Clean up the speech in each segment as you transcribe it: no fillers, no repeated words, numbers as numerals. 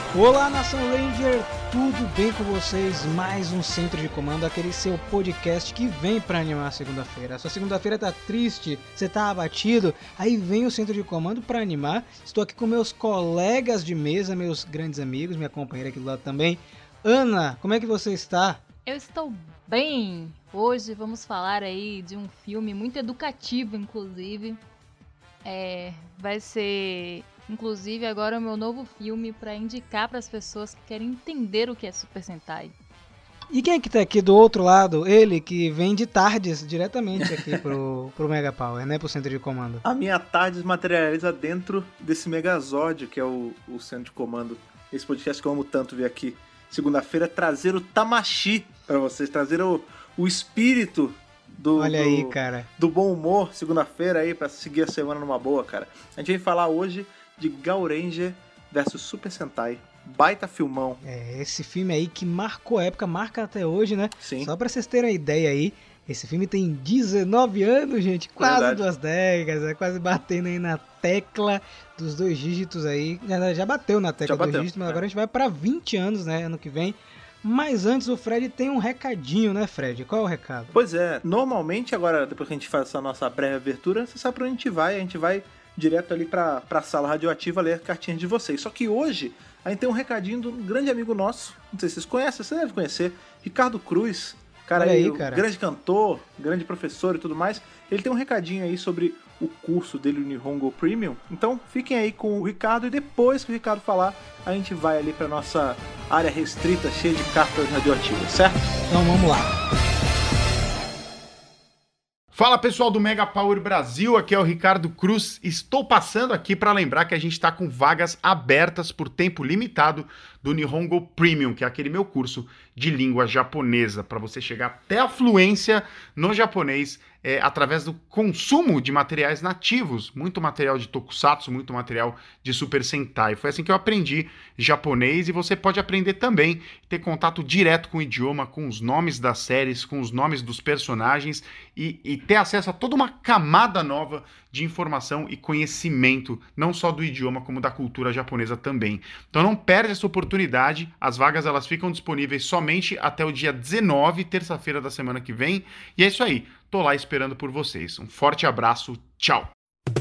Olá, Nação Ranger, tudo bem com vocês? Mais um Centro de Comando, aquele seu podcast que vem pra animar a segunda-feira. A sua segunda-feira tá triste, você tá abatido, aí vem o Centro de Comando pra animar. Estou aqui com meus colegas de mesa, meus grandes amigos, minha companheira aqui do lado também. Ana, como é que você está? Eu estou bem! Hoje vamos falar aí de um filme muito educativo, inclusive. Vai ser, inclusive, agora o meu novo filme para indicar para as pessoas que querem entender o que é Super Sentai. E quem é que tá aqui do outro lado? Ele que vem de tardes diretamente aqui pro Mega Power, né? Pro Centro de Comando. A minha tarde materializa dentro desse Megazord, que é o Centro de Comando. Esse podcast que eu amo tanto ver aqui. Segunda-feira, trazer o Tamashi para vocês, trazer o espírito Olha aí, cara. Do bom humor, segunda-feira aí, pra seguir a semana numa boa, cara. A gente vai falar hoje de Gaoranger vs Super Sentai. Baita filmão. Esse filme aí que marcou a época, marca até hoje, né? Sim. Só pra vocês terem a ideia aí, esse filme tem 19 anos, gente. Quase Verdade. 2 décadas, quase batendo aí na tecla dos 2 dígitos aí. Já bateu na tecla dos 2 dígitos, mas agora a gente vai pra 20 anos, né? Ano que vem. Mas antes o Fred tem um recadinho, né, Fred? Qual é o recado? Pois é, normalmente agora, depois que a gente faz essa nossa breve abertura, você sabe pra onde a gente vai direto ali pra sala radioativa ler cartinhas de vocês. Só que hoje a gente tem um recadinho de um grande amigo nosso, não sei se vocês conhecem, você deve conhecer, Ricardo Cruz, cara aí, cara. Grande cantor, grande professor e tudo mais. Ele tem um recadinho aí sobre o curso dele, o Nihongo Premium. Então fiquem aí com o Ricardo e depois que o Ricardo falar, a gente vai ali pra nossa área restrita, cheia de cartas radioativas, certo? Então vamos lá. Fala pessoal do Mega Power Brasil, aqui é o Ricardo Cruz. Estou passando aqui para lembrar que a gente está com vagas abertas por tempo limitado do Nihongo Premium, que é aquele meu curso de língua japonesa, para você chegar até a fluência no japonês através do consumo de materiais nativos, muito material de tokusatsu, muito material de Super Sentai. Foi assim que eu aprendi japonês e você pode aprender também, ter contato direto com o idioma, com os nomes das séries, com os nomes dos personagens e ter acesso a toda uma camada nova de informação e conhecimento, não só do idioma, como da cultura japonesa também. Então não perde essa oportunidade, as vagas elas ficam disponíveis somente até o dia 19, terça-feira da semana que vem, e é isso aí, tô lá esperando por vocês. Um forte abraço, tchau!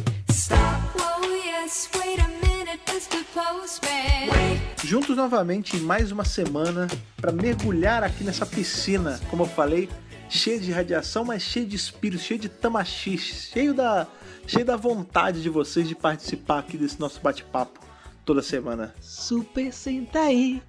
Juntos novamente em mais uma semana para mergulhar aqui nessa piscina, como eu falei, cheia de radiação, mas cheia de espírito, cheia de tamashi, cheio da vontade de vocês de participar aqui desse nosso bate-papo toda semana. Super Sentai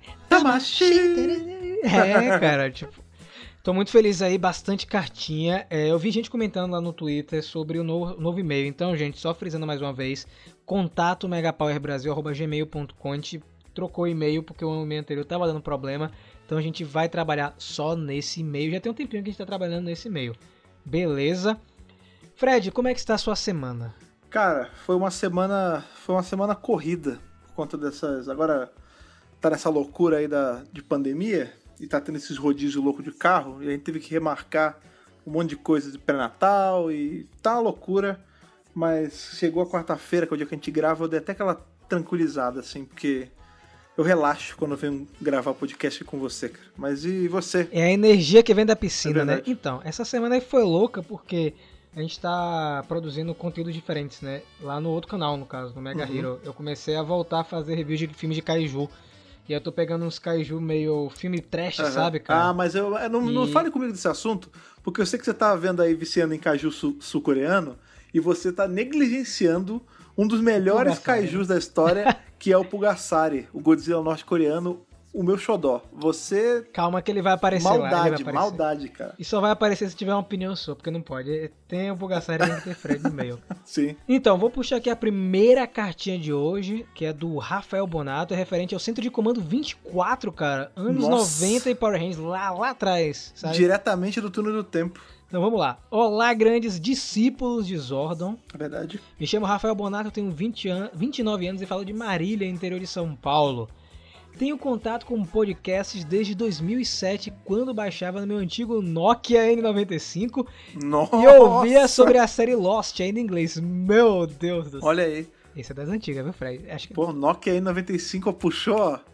Tamashi! Cara, tipo, tô muito feliz aí, bastante cartinha. Eu vi gente comentando lá no Twitter sobre o novo e-mail. Então, gente, só frisando mais uma vez, contato megapowerbrasil@gmail.com. A gente trocou o e-mail porque o e-mail anterior tava dando problema. Então a gente vai trabalhar só nesse e-mail. Já tem um tempinho que a gente tá trabalhando nesse e-mail. Beleza? Fred, como é que está a sua semana? Cara, foi uma semana corrida por conta dessas. Agora tá nessa loucura aí de pandemia e tá tendo esses rodízios loucos de carro e a gente teve que remarcar um monte de coisa de pré-natal e tá uma loucura, mas chegou a quarta-feira, que é o dia que a gente grava, eu dei até aquela tranquilizada, assim, porque eu relaxo quando eu venho gravar podcast com você, cara. Mas e você? É a energia que vem da piscina, né? Verdade. Então, essa semana aí foi louca porque a gente tá produzindo conteúdos diferentes, né? Lá no outro canal, no caso, no Mega Hero. Eu comecei a voltar a fazer reviews de filmes de kaiju. E eu tô pegando uns kaiju meio filme trash, sabe, cara? Ah, mas não fale comigo desse assunto, porque eu sei que você tá vendo aí viciando em kaiju sul-coreano e você tá negligenciando um dos melhores kaijus da história, que é o Pulgasari, o Godzilla norte-coreano, o meu xodó. Você... Calma que ele vai aparecer Maldade, cara. E só vai aparecer se tiver uma opinião sua, porque não pode. Tem o Pulgasari e tem que ter Fred no meio. Sim. Então, vou puxar aqui a primeira cartinha de hoje, que é do Rafael Bonato, referente ao Centro de Comando 24, cara. Anos 90 e Power Rangers, lá atrás, sabe? Diretamente do túnel do tempo. Então vamos lá. Olá, grandes discípulos de Zordon. É verdade. Me chamo Rafael Bonato, eu tenho 29 anos e falo de Marília, interior de São Paulo. Tenho contato com podcasts desde 2007, quando baixava no meu antigo Nokia N95. Nossa! E ouvia sobre a série Lost, ainda em inglês. Meu Deus do céu. Olha aí. Esse é das antigas, viu, Fred? Acho que... Pô, Nokia N95 puxou, ó.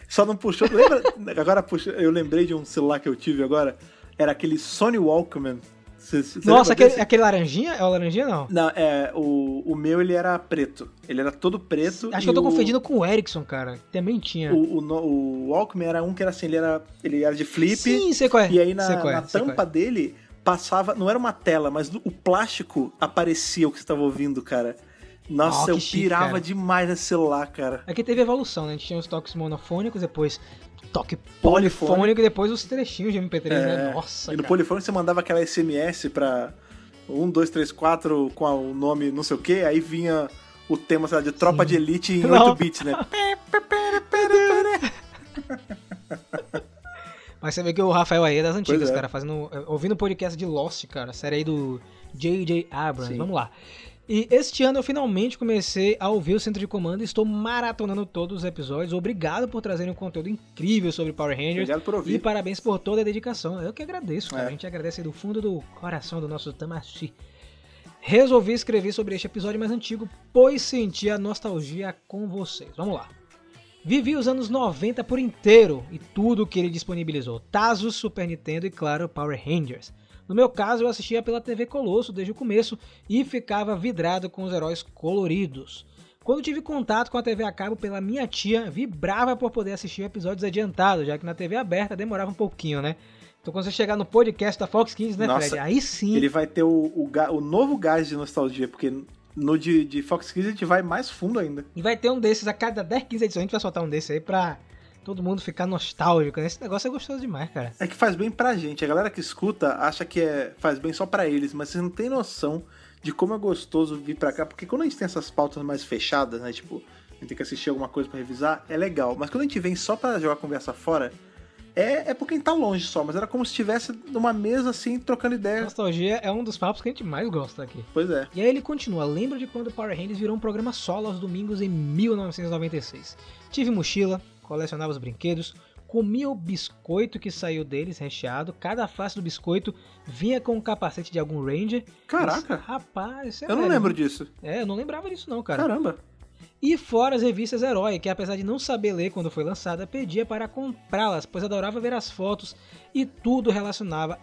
Só não puxou. Lembra? Agora puxou, eu lembrei de um celular que eu tive agora. Era aquele Sony Walkman. Você Nossa, aquele laranjinha? É o laranjinha, não? Não, o meu ele era preto. Ele era todo preto. Acho que eu tô confundindo com o Ericsson, cara. Também tinha. O Walkman era um que era assim, ele era de flip. Sim, sei qual é. E aí na tampa dele passava, não era uma tela, mas o plástico aparecia o que você tava ouvindo, cara. Nossa, eu pirava chique, demais nesse celular, cara. Aqui teve evolução, né? A gente tinha os toques monofônicos, depois toque polifônico e depois os trechinhos de MP3, né? Nossa, e no polifônico você mandava aquela SMS pra 1, 2, 3, 4 com o nome não sei o que, aí vinha o tema, sei lá, de Tropa de Elite em 8 bits, né? Mas você vê que o Rafael aí é das antigas, cara, ouvindo o podcast de Lost, cara, série aí do J.J. Abrams. Sim. Vamos lá. E este ano eu finalmente comecei a ouvir o Centro de Comando e estou maratonando todos os episódios. Obrigado por trazerem um conteúdo incrível sobre Power Rangers. Obrigado por ouvir. E parabéns por toda a dedicação. Eu que agradeço, cara. A gente agradece do fundo do coração do nosso Tamashi. Resolvi escrever sobre este episódio mais antigo, pois senti a nostalgia com vocês. Vamos lá. Vivi os anos 90 por inteiro e tudo o que ele disponibilizou. Tazos, Super Nintendo e, claro, Power Rangers. No meu caso, eu assistia pela TV Colosso desde o começo e ficava vidrado com os heróis coloridos. Quando tive contato com a TV a cabo pela minha tia, vibrava por poder assistir episódios adiantados, já que na TV aberta demorava um pouquinho, né? Então quando você chegar no podcast da Fox Kids, né, Fred? Aí sim... Ele vai ter o novo gás de nostalgia, porque no de Fox Kids a gente vai mais fundo ainda. E vai ter um desses a cada 10, 15 edições, a gente vai soltar um desses aí pra... todo mundo ficar nostálgico, né? Esse negócio é gostoso demais, cara. É que faz bem pra gente. A galera que escuta acha que faz bem só pra eles, mas vocês não têm noção de como é gostoso vir pra cá. Porque quando a gente tem essas pautas mais fechadas, né? Tipo, a gente tem que assistir alguma coisa pra revisar, é legal. Mas quando a gente vem só pra jogar conversa fora, é por quem tá longe só. Mas era como se estivesse numa mesa assim, trocando ideia. Nostalgia é um dos papos que a gente mais gosta aqui. Pois é. E aí ele continua. Lembro de quando Power Rangers virou um programa solo aos domingos em 1996. Tive mochila, colecionava os brinquedos, comia o biscoito que saiu deles recheado, cada face do biscoito vinha com um capacete de algum Ranger. Caraca! Mas, rapaz, eu não lembro disso. Eu não lembrava disso não, cara. Caramba! E fora as revistas Herói, que apesar de não saber ler quando foi lançada, pedia para comprá-las, pois adorava ver as fotos e tudo relacionado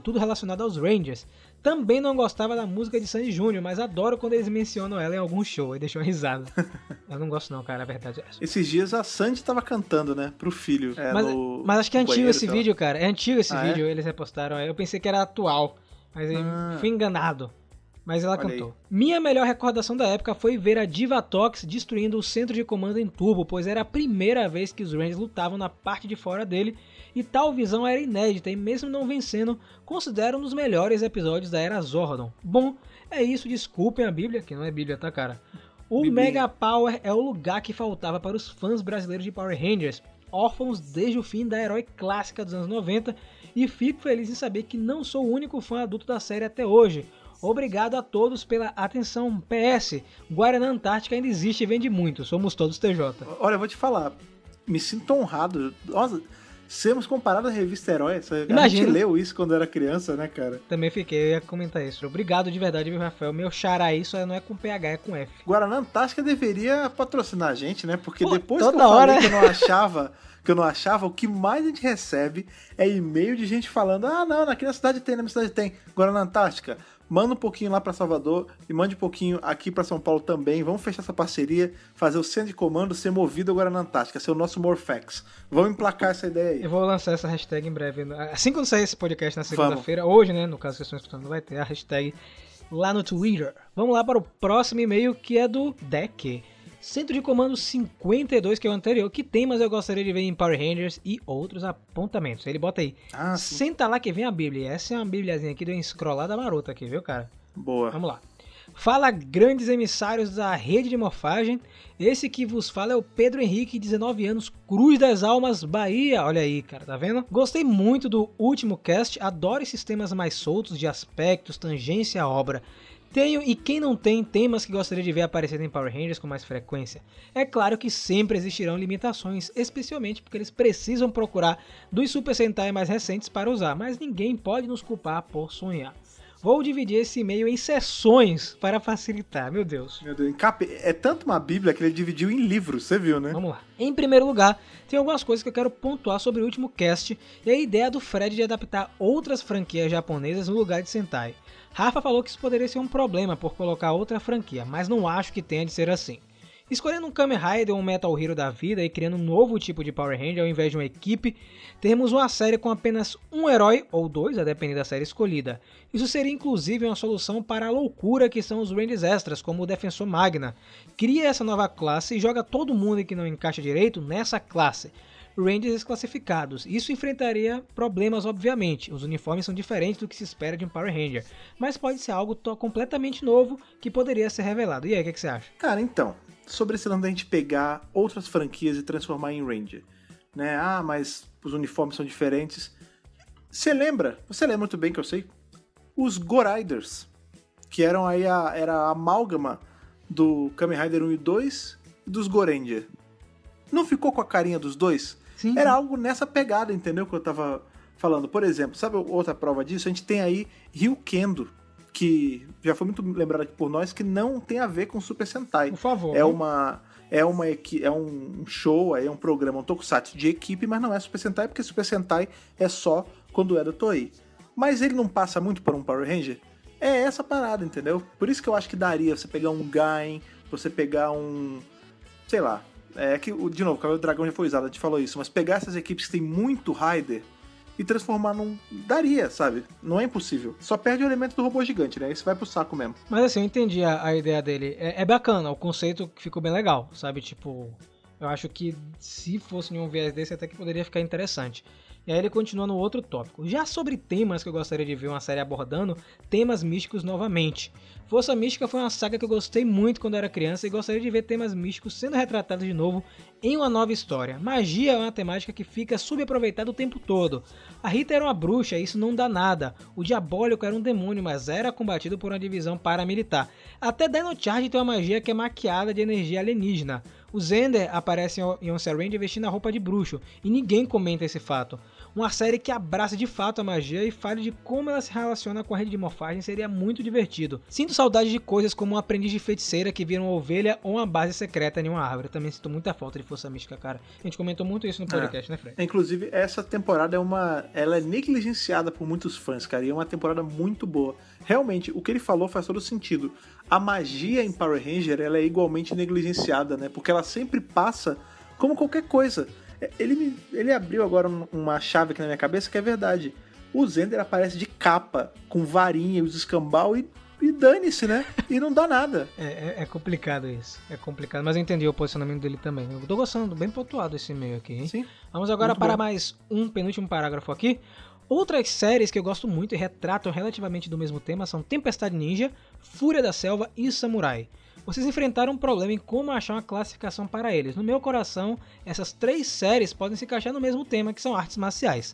aos Rangers. Também não gostava da música de Sandy Júnior, mas adoro quando eles mencionam ela em algum show e deixou uma risada. Eu não gosto não, cara, a verdade é essa. Esses dias a Sandy tava cantando, né, pro filho. Mas acho que é antigo esse vídeo, cara. É antigo esse vídeo, eles repostaram. Eu pensei que era atual, mas eu fui enganado. Mas ela cantou. Minha melhor recordação da época foi ver a Divatox destruindo o centro de comando em turbo, pois era a primeira vez que os Rangers lutavam na parte de fora dele, e tal visão era inédita, e mesmo não vencendo, considero um dos melhores episódios da era Zordon. Bom, é isso, desculpem a Bíblia, que não é Bíblia, tá, cara? O Biblinha. Mega Power é o lugar que faltava para os fãs brasileiros de Power Rangers, órfãos desde o fim da herói clássica dos anos 90, e fico feliz em saber que não sou o único fã adulto da série até hoje. Obrigado a todos pela atenção. PS, Guaraná Antártica ainda existe e vende muito. Somos todos TJ. Olha, eu vou te falar. Me sinto honrado. Nossa, sermos comparados à revista Herói. A gente leu isso quando era criança, né, cara? Também fiquei, eu ia comentar isso. Obrigado de verdade, viu, Rafael? Meu xará isso não é com PH, é com F. Guaraná Antártica deveria patrocinar a gente, né? Porque depois que eu falei que eu não achava, o que mais a gente recebe é e-mail de gente falando: ah, não, aqui na cidade tem, na minha cidade tem. Guaraná Antártica. Manda um pouquinho lá pra Salvador e mande um pouquinho aqui pra São Paulo também. Vamos fechar essa parceria, fazer o centro de comando ser movido agora na Antártica, ser o nosso Morphex. Vamos emplacar essa ideia aí. Eu vou lançar essa hashtag em breve. Assim quando sair esse podcast na segunda-feira, hoje, né, no caso que vocês estão escutando, vai ter a hashtag lá no Twitter. Vamos lá para o próximo e-mail, que é do Deck. Centro de Comando 52, que é o anterior, que temas eu gostaria de ver em Power Rangers e outros apontamentos. Ele bota aí, senta lá que vem a Bíblia. Essa é uma bibliazinha aqui, deu uma escrolada marota aqui, viu, cara? Boa. Vamos lá. Fala, grandes emissários da rede de morfagem. Esse que vos fala é o Pedro Henrique, 19 anos, Cruz das Almas, Bahia. Olha aí, cara, tá vendo? Gostei muito do último cast, adoro esses temas mais soltos de aspectos, tangência à obra. Tenho, e quem não tem, temas que gostaria de ver aparecer em Power Rangers com mais frequência. É claro que sempre existirão limitações, especialmente porque eles precisam procurar dos Super Sentai mais recentes para usar, mas ninguém pode nos culpar por sonhar. Vou dividir esse e-mail em seções para facilitar, meu Deus. Meu Deus, é tanto uma bíblia que ele dividiu em livros, você viu, né? Vamos lá. Em primeiro lugar, tem algumas coisas que eu quero pontuar sobre o último cast e a ideia do Fred de adaptar outras franquias japonesas no lugar de Sentai. Rafa falou que isso poderia ser um problema por colocar outra franquia, mas não acho que tenha de ser assim. Escolhendo um Kamen Rider ou um Metal Hero da vida e criando um novo tipo de Power Ranger ao invés de uma equipe, teremos uma série com apenas um herói, ou dois, a depender da série escolhida. Isso seria inclusive uma solução para a loucura que são os Rangers extras, como o Defensor Magna. Cria essa nova classe e joga todo mundo que não encaixa direito nessa classe. Rangers desclassificados. Isso enfrentaria problemas, obviamente. Os uniformes são diferentes do que se espera de um Power Ranger, mas pode ser algo completamente novo que poderia ser revelado. E aí, o que você acha? Cara, então, sobre esse lance da gente pegar outras franquias e transformar em Ranger, né? Ah, mas os uniformes são diferentes. Você lembra muito bem que eu sei, os Go-Riders, que eram aí era a amálgama do Kamen Rider 1 e 2 e dos Go-Ranger. Não ficou com a carinha dos dois? Sim. Era algo nessa pegada, entendeu? Que eu tava falando. Por exemplo, sabe outra prova disso? A gente tem aí Ryukendo, que já foi muito lembrado aqui por nós, que não tem a ver com Super Sentai. Por favor. É um show, é um programa, um tokusatsu de equipe, mas não é Super Sentai, porque Super Sentai é só quando é da Toei. Mas ele não passa muito por um Power Ranger? É essa parada, entendeu? Por isso que eu acho que daria você pegar um Gain, você pegar um... sei lá. É que, de novo, o Cavaleiro do Dragão já foi usado, a gente falou isso, mas pegar essas equipes que tem muito Rider e transformar num... daria, sabe? Não é impossível. Só perde o elemento do robô gigante, né? Isso vai pro saco mesmo. Mas assim, eu entendi a ideia dele. É bacana, o conceito ficou bem legal, sabe? Tipo, eu acho que se fosse em um viés desse até que poderia ficar interessante. E aí ele continua no outro tópico. Já sobre temas que eu gostaria de ver uma série abordando, temas místicos novamente. Força Mística foi uma saga que eu gostei muito quando era criança e gostaria de ver temas místicos sendo retratados de novo em uma nova história. Magia é uma temática que fica subaproveitada o tempo todo. A Rita era uma bruxa e isso não dá nada. O Diabólico era um demônio, mas era combatido por uma divisão paramilitar. Até Dino Charge tem uma magia que é maquiada de energia alienígena. O Zender aparece em Once Ranger vestindo a roupa de bruxo, e ninguém comenta esse fato. Uma série que abraça de fato a magia e fale de como ela se relaciona com a rede de morfagem seria muito divertido. Sinto saudade de coisas como um aprendiz de feiticeira que vira uma ovelha ou uma base secreta em uma árvore. Eu também sinto muita falta de Força Mística, cara. A gente comentou muito isso no podcast, né, Fred? Inclusive, essa temporada ela é negligenciada por muitos fãs, cara, e é uma temporada muito boa. Realmente, o que ele falou faz todo sentido. A magia em Power Ranger, ela é igualmente negligenciada, né? Porque ela sempre passa como qualquer coisa. Ele abriu agora uma chave aqui na minha cabeça que é verdade. O Zender aparece de capa, com varinha e os escambau e dane-se, né? E não dá nada. É complicado isso. É complicado, mas eu entendi o posicionamento dele também. Eu tô gostando, bem pontuado esse e-mail aqui, hein? Sim. Vamos agora muito para bom. mais um penúltimo parágrafo aqui. Outras séries que eu gosto muito e retratam relativamente do mesmo tema são Tempestade Ninja, Fúria da Selva e Samurai. Vocês enfrentaram um problema em como achar uma classificação para eles. No meu coração, essas três séries podem se encaixar no mesmo tema, que são artes marciais.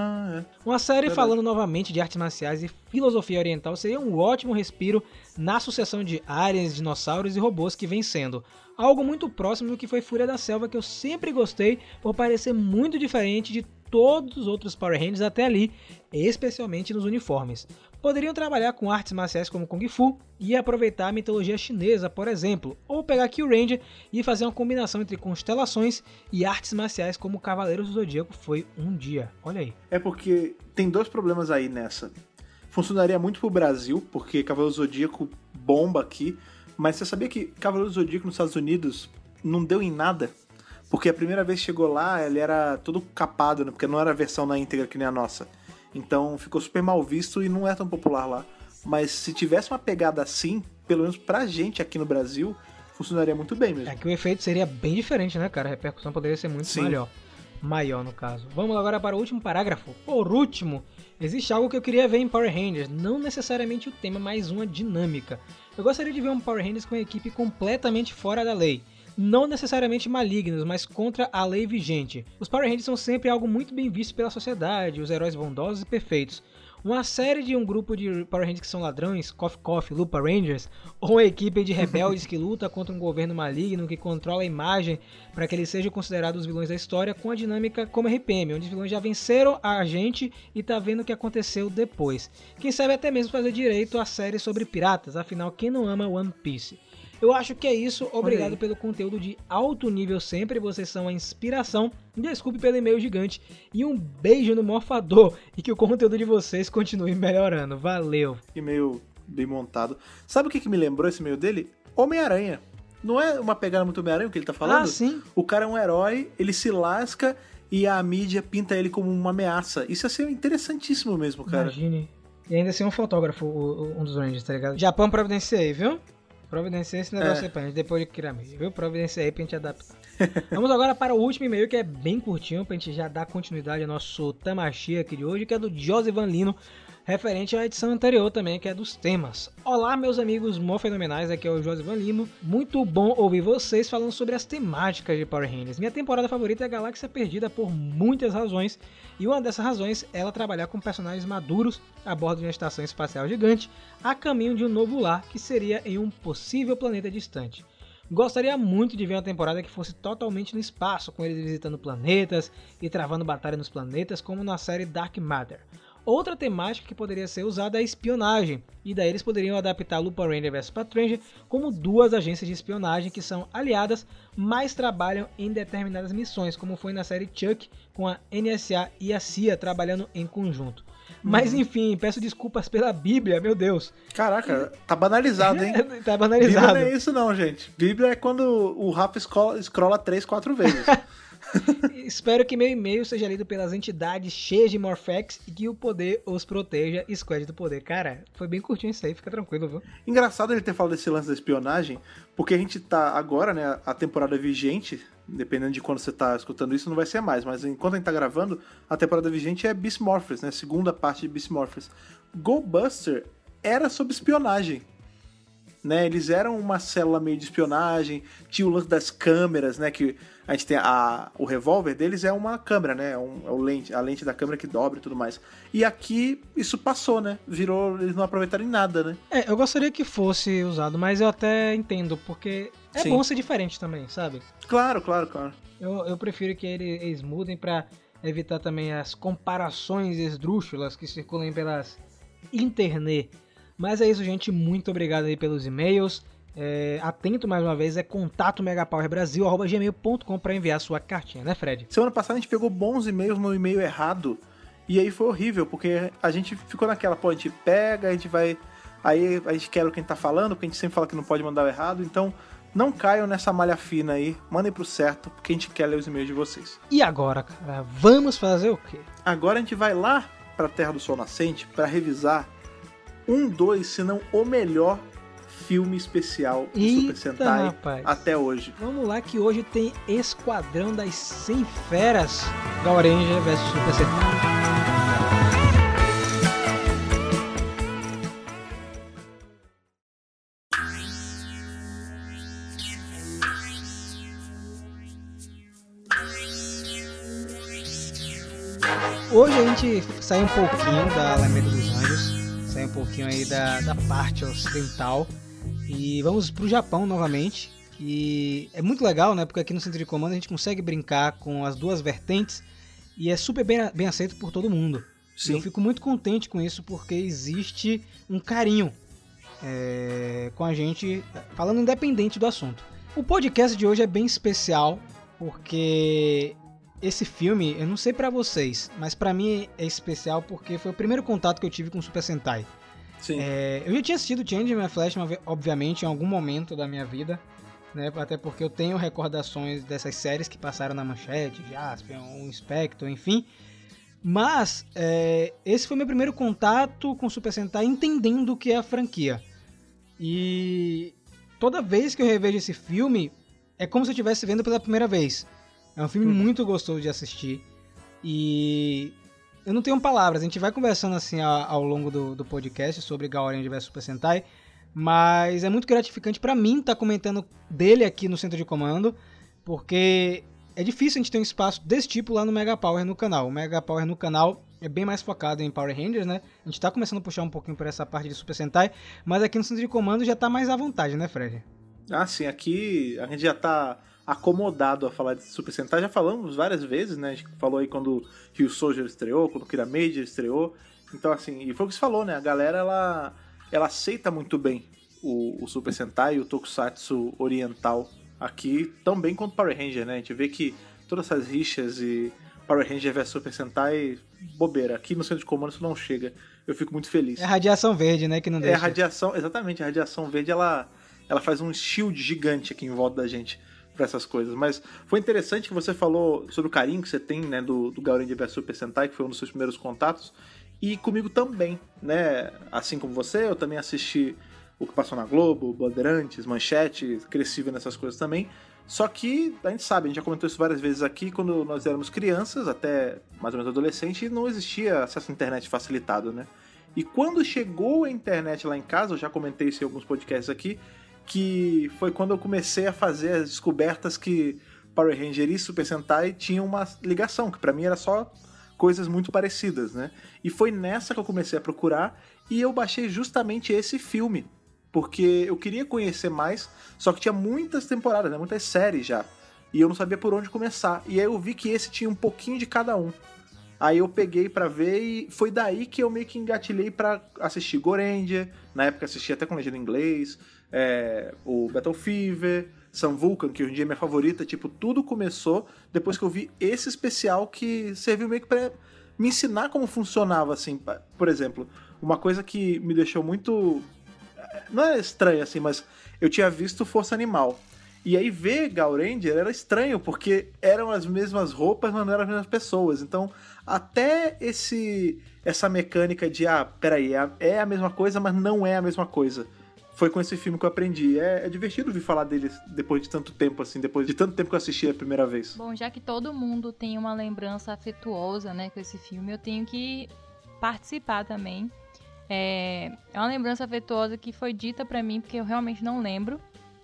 Uma série falando novamente de artes marciais e filosofia oriental seria um ótimo respiro na sucessão de aliens, dinossauros e robôs que vem sendo. Algo muito próximo do que foi Fúria da Selva, que eu sempre gostei por parecer muito diferente de todos os outros Power Rangers até ali, especialmente nos uniformes. Poderiam trabalhar com artes marciais como Kung Fu e aproveitar a mitologia chinesa, por exemplo, ou pegar Kill Ranger e fazer uma combinação entre constelações e artes marciais como Cavaleiros do Zodíaco foi um dia. Olha aí. É porque tem dois problemas aí nessa. Funcionaria muito pro Brasil, porque Cavaleiros do Zodíaco bomba aqui, mas você sabia que Cavaleiros do Zodíaco nos Estados Unidos não deu em nada? Porque a primeira vez que chegou lá, ele era todo capado, né? Porque não era a versão na íntegra que nem a nossa. Então ficou super mal visto e não é tão popular lá. Mas se tivesse uma pegada assim, pelo menos pra gente aqui no Brasil, funcionaria muito bem mesmo. É que o efeito seria bem diferente, né, cara? A repercussão poderia ser muito maior no caso. Vamos agora para o último parágrafo. Por último, existe algo que eu queria ver em Power Rangers, não necessariamente o tema, mas uma dinâmica. Eu gostaria de ver um Power Rangers com uma equipe completamente fora da lei. Não necessariamente malignos, mas contra a lei vigente. Os Power Rangers são sempre algo muito bem visto pela sociedade, os heróis bondosos e perfeitos. Uma série de um grupo de Power Rangers que são ladrões, Coffee, Lupa Rangers, ou uma equipe de rebeldes que luta contra um governo maligno que controla a imagem para que eles sejam considerados os vilões da história, com a dinâmica como RPM, onde os vilões já venceram a gente e tá vendo o que aconteceu depois. Quem sabe até mesmo fazer direito à série sobre piratas, afinal quem não ama One Piece? Eu acho que é isso, obrigado pelo conteúdo de alto nível sempre, vocês são a inspiração, desculpe pelo e-mail gigante, e um beijo no morfador, e que o conteúdo de vocês continue melhorando, valeu. E-mail bem montado. Sabe o que me lembrou esse e-mail dele? Homem-Aranha. Não é uma pegada muito Homem-Aranha o que ele tá falando? Ah, sim. O cara é um herói, ele se lasca e a mídia pinta ele como uma ameaça. Isso ia ser interessantíssimo mesmo, cara. Imagine. E ainda ser um fotógrafo, um dos Rangers, tá ligado? Japão providencia aí, viu? Providencia esse negócio aí pra gente, depois de Kiramide, viu? Providencia aí pra gente adaptar. Vamos agora para o último e-mail, que é bem curtinho, pra gente já dar continuidade ao nosso Tamashii aqui de hoje, que é do José Van Lino, referente à edição anterior também, que é dos temas. Olá, meus amigos fenomenais, aqui é o José Van Lino. Muito bom ouvir vocês falando sobre as temáticas de Power Rangers. Minha temporada favorita é a Galáxia Perdida por muitas razões, e uma dessas razões é ela trabalhar com personagens maduros a bordo de uma estação espacial gigante, a caminho de um novo lar, que seria em um possível planeta distante. Gostaria muito de ver uma temporada que fosse totalmente no espaço, com eles visitando planetas e travando batalha nos planetas, como na série Dark Matter. Outra temática que poderia ser usada é a espionagem, e daí eles poderiam adaptar Lupa Ranger vs Patranger como duas agências de espionagem que são aliadas, mas trabalham em determinadas missões, como foi na série Chuck, com a NSA e a CIA trabalhando em conjunto. Mas enfim, peço desculpas pela Bíblia, meu Deus. Caraca, tá banalizado, hein? Tá banalizado. Bíblia não é isso não, gente. Bíblia é quando o Rafa scrolla 3, 4 vezes. Espero que meu e-mail seja lido pelas entidades cheias de Morphex e que o poder os proteja. Squad do poder. Cara, foi bem curtinho isso aí, fica tranquilo, viu? Engraçado ele ter falado desse lance da espionagem, porque a gente tá agora, né, a temporada vigente, dependendo de quando você tá escutando isso, não vai ser mais, mas enquanto a gente tá gravando, a temporada vigente é Beast Morphers, né, segunda parte de Beast Morphers. Go Buster era sobre espionagem. Né, eles eram uma célula meio de espionagem, tinha o lance das câmeras, né, que a gente tem o revólver deles é uma câmera, né, a lente da câmera que dobra e tudo mais. E aqui isso passou, né, eles não aproveitaram em nada, né. Eu gostaria que fosse usado, mas eu até entendo, porque é Sim. bom ser diferente também, sabe? Claro. Eu prefiro que eles mudem pra evitar também as comparações esdrúxulas que circulam pelas internet. Mas é isso, gente. Muito obrigado aí pelos e-mails. Atento mais uma vez, é contato@megapowerbrasil@gmail.com para enviar sua cartinha, né, Fred? Semana passada a gente pegou bons e-mails no e-mail errado. E aí foi horrível, porque a gente ficou naquela, a gente pega, a gente vai. Aí a gente quebra o que a gente tá falando, porque a gente sempre fala que não pode mandar o errado. Então, não caiam nessa malha fina aí. Mandem pro certo, porque a gente quer ler os e-mails de vocês. E agora, cara, vamos fazer o quê? Agora a gente vai lá pra Terra do Sol Nascente para revisar 2, se não o melhor filme especial de Super Sentai até hoje. Vamos lá que hoje tem Esquadrão das 100 Feras, Power Ranger vs Super Sentai. Hoje a gente sai um pouquinho da Alameda dos Anjos, sai um pouquinho aí da parte ocidental e vamos pro Japão novamente. E é muito legal, né? Porque aqui no Centro de Comando a gente consegue brincar com as duas vertentes e é super bem aceito por todo mundo. Sim. Eu fico muito contente com isso porque existe um carinho com a gente, falando independente do assunto. O podcast de hoje é bem especial porque esse filme, eu não sei pra vocês, mas pra mim é especial porque foi o primeiro contato que eu tive com o Super Sentai. Sim. Eu já tinha assistido Changeman Flash, obviamente, em algum momento da minha vida, né? Até porque eu tenho recordações dessas séries que passaram na Manchete, Jaspion, Inspector, enfim. Mas esse foi meu primeiro contato com o Super Sentai, entendendo o que é a franquia. E toda vez que eu revejo esse filme, é como se eu estivesse vendo pela primeira vez. É um filme muito gostoso de assistir e eu não tenho palavras, a gente vai conversando assim ao longo do podcast sobre Power Rangers vs Super Sentai, mas é muito gratificante pra mim estar comentando dele aqui no Centro de Comando, porque é difícil a gente ter um espaço desse tipo lá no Mega Power no canal. O Mega Power no canal é bem mais focado em Power Rangers, né? A gente tá começando a puxar um pouquinho por essa parte de Super Sentai, mas aqui no Centro de Comando já tá mais à vontade, né, Fred? Ah, sim, aqui a gente já tá acomodado a falar de Super Sentai, já falamos várias vezes, né? A gente falou aí quando Ryu Soldier estreou, quando Kira Major estreou. Então, assim, e foi o que você falou, né? A galera, ela aceita muito bem o Super Sentai e o Tokusatsu oriental aqui, tão bem quanto Power Ranger, né? A gente vê que todas essas rixas e Power Ranger vs Super Sentai, bobeira. Aqui no Centro de Comando isso não chega. Eu fico muito feliz. É a radiação verde, né, que não deixa. É a radiação, exatamente, a radiação verde, ela faz um shield gigante aqui em volta da gente pra essas coisas. Mas foi interessante que você falou sobre o carinho que você tem, né, do Gao Ranger vs Super Sentai, que foi um dos seus primeiros contatos. E comigo também, né? Assim como você, eu também assisti o que passou na Globo, Bandeirantes, Manchete, cresci vendo essas coisas também. Só que, a gente sabe, a gente já comentou isso várias vezes aqui, quando nós éramos crianças, até mais ou menos adolescente, não existia acesso à internet facilitado, né? E quando chegou a internet lá em casa, eu já comentei isso em alguns podcasts aqui, que foi quando eu comecei a fazer as descobertas que Power Ranger e Super Sentai tinham uma ligação, que pra mim era só coisas muito parecidas, né? E foi nessa que eu comecei a procurar e eu baixei justamente esse filme, porque eu queria conhecer mais, só que tinha muitas temporadas, né? Muitas séries já, e eu não sabia por onde começar. E aí eu vi que esse tinha um pouquinho de cada um. Aí eu peguei pra ver e foi daí que eu meio que engatilhei pra assistir Goranger, na época assisti até com legenda em inglês, o Battle Fever, Sun Vulcan, que hoje em dia é minha favorita, tipo, tudo começou depois que eu vi esse especial que serviu meio que pra me ensinar como funcionava, assim. Por exemplo, uma coisa que me deixou muito... não é estranho, assim, mas eu tinha visto Força Animal. E aí ver Gao Ranger era estranho, porque eram as mesmas roupas, mas não eram as mesmas pessoas. Então, até essa mecânica de, peraí, é a mesma coisa, mas não é a mesma coisa. Foi com esse filme que eu aprendi. É divertido ouvir falar dele depois de tanto tempo, assim, depois de tanto tempo que eu assisti a primeira vez. Bom, já que todo mundo tem uma lembrança afetuosa, né, com esse filme, eu tenho que participar também. É uma lembrança afetuosa que foi dita pra mim, porque eu realmente não lembro.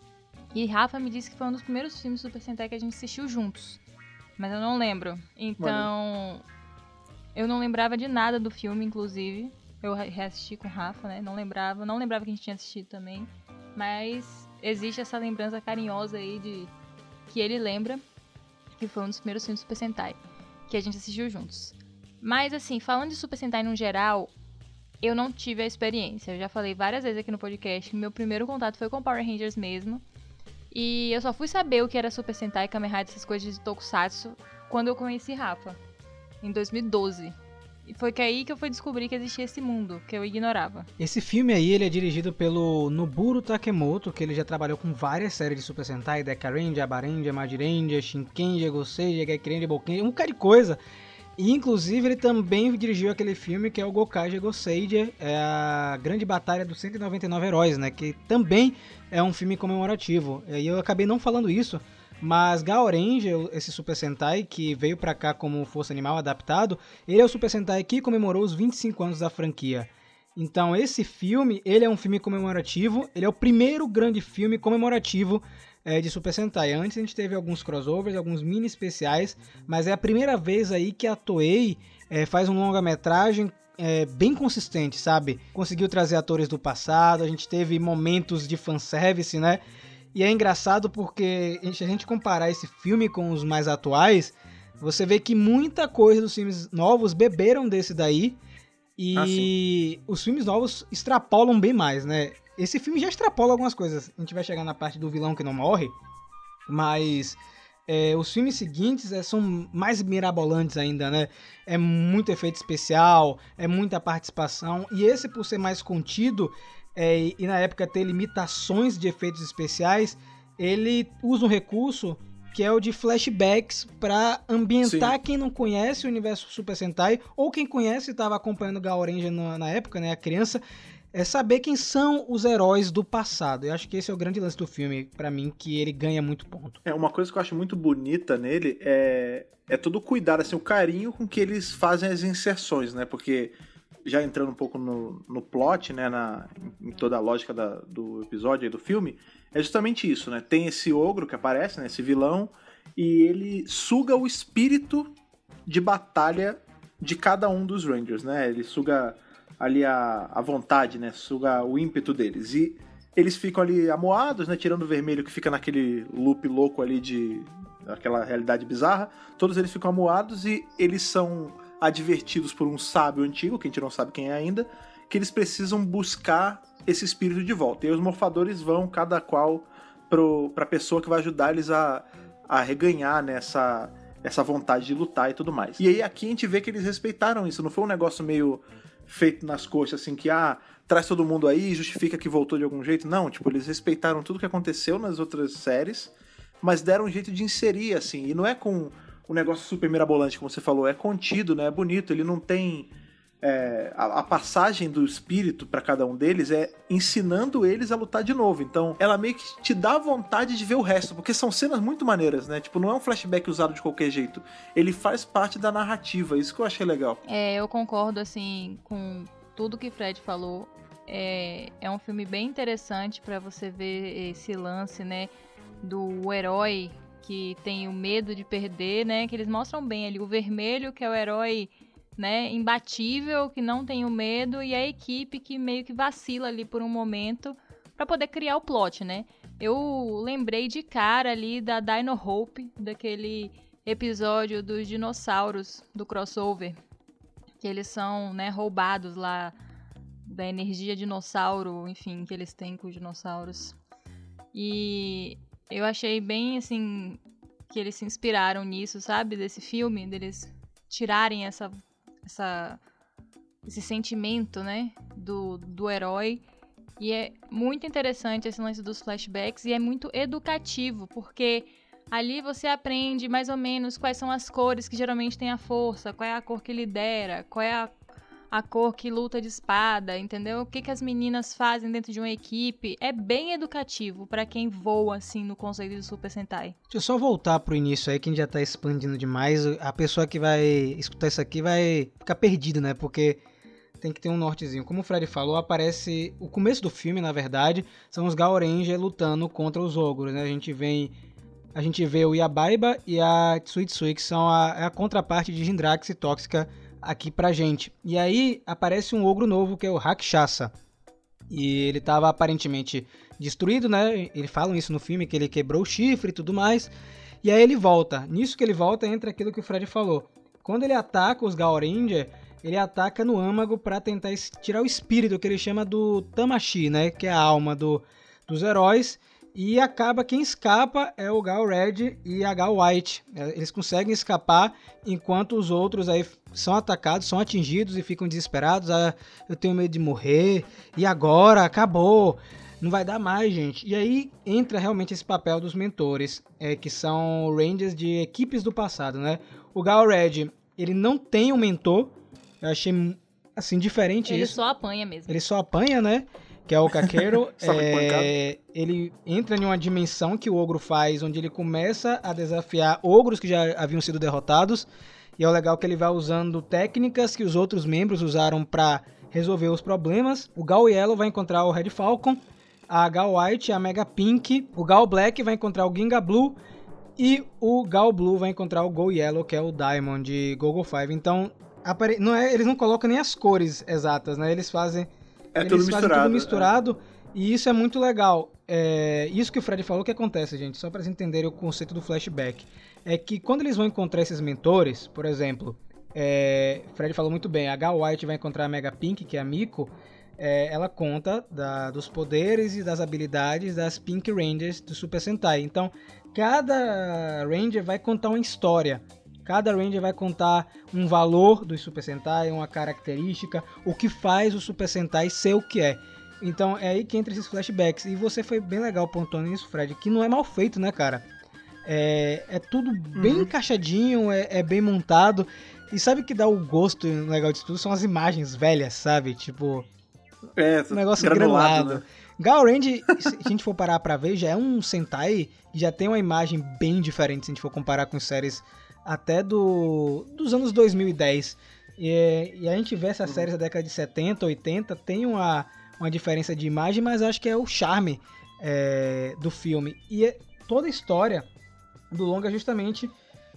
E Rafa me disse que foi um dos primeiros filmes do Super Sentai que a gente assistiu juntos. Mas eu não lembro. Então, eu não lembrava de nada do filme, inclusive. Eu reassisti com o Rafa, né? Não lembrava que a gente tinha assistido também. Mas existe essa lembrança carinhosa aí de que ele lembra que foi um dos primeiros filmes do Super Sentai que a gente assistiu juntos. Mas assim, falando de Super Sentai no geral, eu não tive a experiência. Eu já falei várias vezes aqui no podcast que meu primeiro contato foi com Power Rangers mesmo. E eu só fui saber o que era Super Sentai, Kamen Rider, essas coisas de Tokusatsu, quando eu conheci Rafa, em 2012. E foi aí que eu fui descobrir que existia esse mundo, que eu ignorava. Esse filme aí, ele é dirigido pelo Noboru Takemoto, que ele já trabalhou com várias séries de Super Sentai, Deca Ranger, Aba Ranger, Mad Ranger, Shinkenger, Goseiger, Gek Ranger, Boken, um bocado de coisa. E inclusive ele também dirigiu aquele filme que é o Gokaiger Goseiger, é a grande batalha dos 199 heróis, né? Que também é um filme comemorativo. E eu acabei não falando isso, mas Gao Ranger, esse Super Sentai que veio pra cá como Força Animal adaptado, ele é o Super Sentai que comemorou os 25 anos da franquia. Então esse filme, ele é um filme comemorativo, ele é o primeiro grande filme comemorativo de Super Sentai. Antes a gente teve alguns crossovers, alguns mini especiais, mas é a primeira vez aí que a Toei faz um longa-metragem bem consistente, sabe? Conseguiu trazer atores do passado, a gente teve momentos de fanservice, né? E é engraçado porque se a gente comparar esse filme com os mais atuais, você vê que muita coisa dos filmes novos beberam desse daí, e os filmes novos extrapolam bem mais, né? Esse filme já extrapola algumas coisas. A gente vai chegar na parte do vilão que não morre, mas os filmes seguintes são mais mirabolantes ainda, né? É muito efeito especial, é muita participação, e esse, por ser mais contido e na época ter limitações de efeitos especiais, ele usa um recurso que é o de flashbacks para ambientar quem não conhece o universo Super Sentai, ou quem conhece e estava acompanhando Gao Ranger na época, né, a criança, saber quem são os heróis do passado. Eu acho que esse é o grande lance do filme, pra mim, que ele ganha muito ponto. Uma coisa que eu acho muito bonita nele é todo o cuidado, assim, o carinho com que eles fazem as inserções, né? Porque, já entrando um pouco no plot, né, em toda a lógica do episódio e do filme, é justamente isso, né? Tem esse ogro que aparece, né, esse vilão, e ele suga o espírito de batalha de cada um dos Rangers, né? Ele suga ali a vontade, né? Suga o ímpeto deles. E eles ficam ali amuados, né? Tirando o vermelho que fica naquele loop louco ali de aquela realidade bizarra. Todos eles ficam amuados e eles são advertidos por um sábio antigo, que a gente não sabe quem é ainda, que eles precisam buscar esse espírito de volta. E aí os morfadores vão, cada qual, pra pessoa que vai ajudar eles a reganhar, né, essa vontade de lutar e tudo mais. E aí aqui a gente vê que eles respeitaram isso. Não foi um negócio meio feito nas coxas, assim, que traz todo mundo aí, justifica que voltou de algum jeito. Não, tipo, eles respeitaram tudo que aconteceu nas outras séries, mas deram um jeito de inserir, assim. E não é com um negócio super mirabolante, como você falou, é contido, né? É bonito, ele não tem... a passagem do espírito para cada um deles é ensinando eles a lutar de novo. Então, ela meio que te dá vontade de ver o resto, porque são cenas muito maneiras, né? Tipo, não é um flashback usado de qualquer jeito. Ele faz parte da narrativa, isso que eu achei legal. Eu concordo, assim, com tudo que o Fred falou. É um filme bem interessante para você ver esse lance, né, do herói que tem o medo de perder, né? Que eles mostram bem ali o vermelho, que é o herói, né, imbatível, que não tem o medo, e a equipe que meio que vacila ali por um momento para poder criar o plot, né? Eu lembrei de cara ali da Dino Hope, daquele episódio dos dinossauros do crossover, que eles são, né, roubados lá da energia dinossauro, enfim, que eles têm com os dinossauros. E eu achei bem, assim, que eles se inspiraram nisso, sabe? Desse filme, deles tirarem esse sentimento, né, do herói. E é muito interessante esse lance dos flashbacks e é muito educativo, porque ali você aprende mais ou menos quais são as cores que geralmente tem a força, qual é a cor que lidera, qual é a cor que luta de espada, entendeu? O que as meninas fazem dentro de uma equipe. É bem educativo pra quem voa, assim, no conceito de Super Sentai. Deixa eu só voltar pro início aí, que a gente já tá expandindo demais. A pessoa que vai escutar isso aqui vai ficar perdida, né? Porque tem que ter um nortezinho. Como o Fred falou, aparece... O começo do filme, na verdade, são os Gaoranger lutando contra os ogros, né? A gente vê o Yabaiba e a Tsuitsui, que são a contraparte de Jindrax e Tóxica aqui pra gente. E aí aparece um ogro novo, que é o Rakshasa. E ele tava aparentemente destruído, né? Eles falam isso no filme, que ele quebrou o chifre e tudo mais. E aí ele volta. Nisso que ele volta, entra aquilo que o Fred falou. Quando ele ataca os Gaoranger, ele ataca no âmago pra tentar tirar o espírito, que ele chama do Tamashi, né? Que é a alma dos heróis. E acaba, quem escapa é o Gal Red e a Gal White. Eles conseguem escapar enquanto os outros aí são atacados, são atingidos e ficam desesperados. Eu tenho medo de morrer. E agora? Acabou. Não vai dar mais, gente. E aí entra realmente esse papel dos mentores, que são Rangers de equipes do passado, né? O Gal Red, ele não tem um mentor. Eu achei, assim, diferente ele isso. Ele só apanha mesmo. Ele só apanha, né? Que é o Kakeru. Ele entra em uma dimensão que o ogro faz, onde ele começa a desafiar ogros que já haviam sido derrotados. E é o legal que ele vai usando técnicas que os outros membros usaram para resolver os problemas. O Gal Yellow vai encontrar o Red Falcon, a Gal White, a Mega Pink, o Gal Black vai encontrar o Ginga Blue e o Gal Blue vai encontrar o Go Yellow, que é o Diamond de Gogo 5. Então, eles não colocam nem as cores exatas, né? Eles fazem... Tudo misturado. E isso é muito legal. Isso que o Fred falou que acontece, gente, só para vocês entenderem o conceito do flashback. É que quando eles vão encontrar esses mentores, por exemplo, o Fred falou muito bem, a Gal White vai encontrar a Mega Pink, que é a Miko, ela conta dos poderes e das habilidades das Pink Rangers do Super Sentai. Então, cada Ranger vai contar uma história. Cada Ranger vai contar um valor do Super Sentai, uma característica, o que faz o Super Sentai ser o que é. Então é aí que entra esses flashbacks. E você foi bem legal pontuando isso, Fred, que não é mal feito, né, cara? É tudo bem encaixadinho, é bem montado. E sabe o que dá o gosto legal disso tudo? São as imagens velhas, sabe? Tipo, um negócio granulado. Né? Gaoranger, se a gente for parar pra ver, já é um Sentai que já tem uma imagem bem diferente se a gente for comparar com séries até dos anos 2010. E a gente vê essas séries da década de 70, 80, tem uma diferença de imagem, mas acho que é o charme do filme. E toda a história do longa é justamente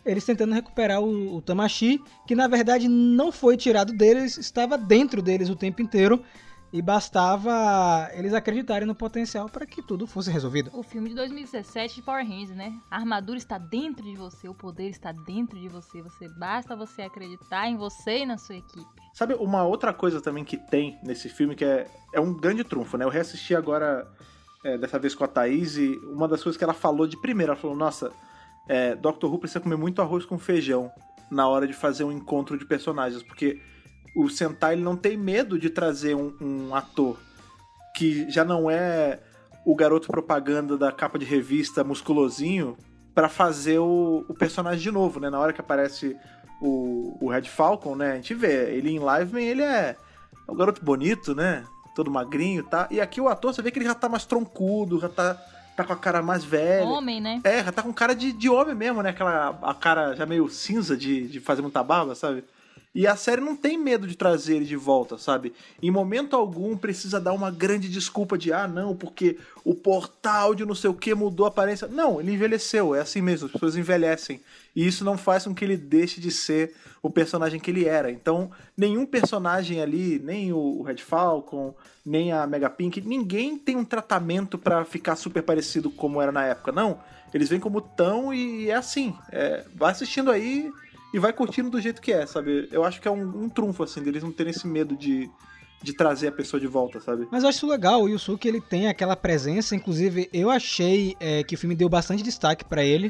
eles tentando recuperar o Tamashi, que na verdade não foi tirado deles, estava dentro deles o tempo inteiro. E bastava eles acreditarem no potencial para que tudo fosse resolvido. O filme de 2017 de Power Rangers, né? A armadura está dentro de você, o poder está dentro de você. Basta você acreditar em você e na sua equipe. Sabe, uma outra coisa também que tem nesse filme que é um grande trunfo, né? Eu reassisti agora, dessa vez com a Thaís, e uma das coisas que ela falou de primeira, ela falou, nossa, Dr. Who precisa comer muito arroz com feijão na hora de fazer um encontro de personagens, porque o Sentai ele não tem medo de trazer um ator que já não é o garoto propaganda da capa de revista musculosinho pra fazer o personagem de novo, né? Na hora que aparece o Red Falcon, né? A gente vê, ele em Live, ele é um garoto bonito, né? Todo magrinho, tá? E aqui o ator, você vê que ele já tá mais troncudo, já tá com a cara mais velha. Homem, né? Já tá com cara de homem mesmo, né? A cara já meio cinza de fazer muita barba, sabe? E a série não tem medo de trazer ele de volta, sabe? Em momento algum precisa dar uma grande desculpa de não, porque o portal de não sei o que mudou a aparência. Não, ele envelheceu, é assim mesmo, as pessoas envelhecem. E isso não faz com que ele deixe de ser o personagem que ele era. Então, nenhum personagem ali, nem o Red Falcon, nem a Mega Pink, ninguém tem um tratamento pra ficar super parecido como era na época. Não, eles vêm como tão e é assim. Vai assistindo aí e vai curtindo do jeito que é, sabe? Eu acho que é um trunfo, assim, deles não terem esse medo de trazer a pessoa de volta, sabe? Mas eu acho isso legal, o Yusuke, ele tem aquela presença, inclusive eu achei que o filme deu bastante destaque pra ele.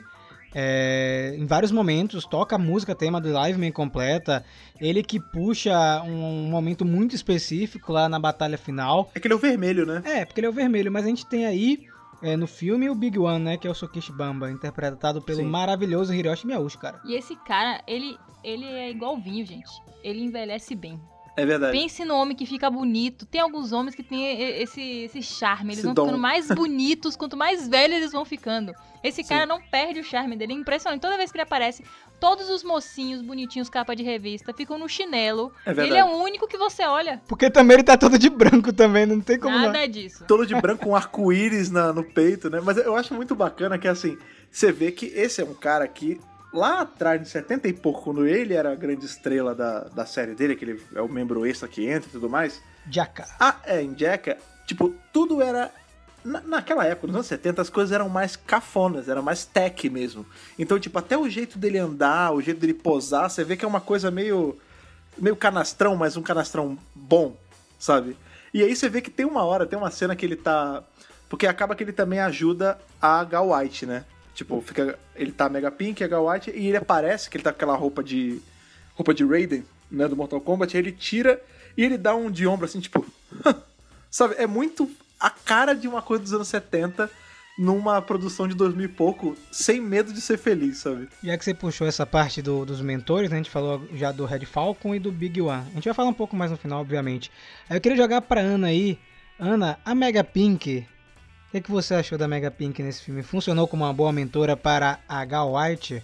Em vários momentos, toca a música tema do Liveman completa, ele que puxa um momento muito específico lá na batalha final. É que ele é o vermelho, né? Porque ele é o vermelho, mas a gente tem aí no filme o Big One, né, que é o Sokishi Bamba, interpretado pelo maravilhoso Hiroshi Miyauchi, cara. E esse cara, ele é igual vinho, gente. Ele envelhece bem. É verdade. Pense no homem que fica bonito. Tem alguns homens que têm esse charme. Eles Esse vão dom. ficando mais bonitos, quanto mais velhos eles vão ficando. Esse cara não perde o charme dele. É impressionante. Toda vez que ele aparece, todos os mocinhos bonitinhos, capa de revista, ficam no chinelo. É verdade. Ele é o único que você olha. Porque também ele tá todo de branco também, não tem como Nada disso. Todo de branco com arco-íris no peito, né? Mas eu acho muito bacana que, assim, você vê que esse é um cara que lá atrás, de 70 e pouco, quando ele era a grande estrela da série dele, que ele é o membro extra que entra e tudo mais. Jaka. Em Jaka, tipo, tudo era... Naquela época, nos anos 70, as coisas eram mais cafonas, era mais tech mesmo. Então, tipo, até o jeito dele andar, o jeito dele posar, você vê que é uma coisa meio canastrão, mas um canastrão bom, sabe? E aí você vê que tem uma cena que ele tá... Porque acaba que ele também ajuda a Gal White, né? Tipo, ele tá Mega Pink, a Gal White, e ele aparece, que ele tá com aquela roupa de Raiden, né, do Mortal Kombat, aí ele tira e ele dá um de ombro assim, tipo... sabe, é muito a cara de uma coisa dos anos 70 numa produção de 2000 e pouco, sem medo de ser feliz, sabe? Já que você puxou essa parte dos mentores, né, a gente falou já do Red Falcon e do Big One. A gente vai falar um pouco mais no final, obviamente. Aí eu queria jogar pra Ana aí. Ana, a Mega Pink... O que você achou da Mega Pink nesse filme? Funcionou como uma boa mentora para a Gal White?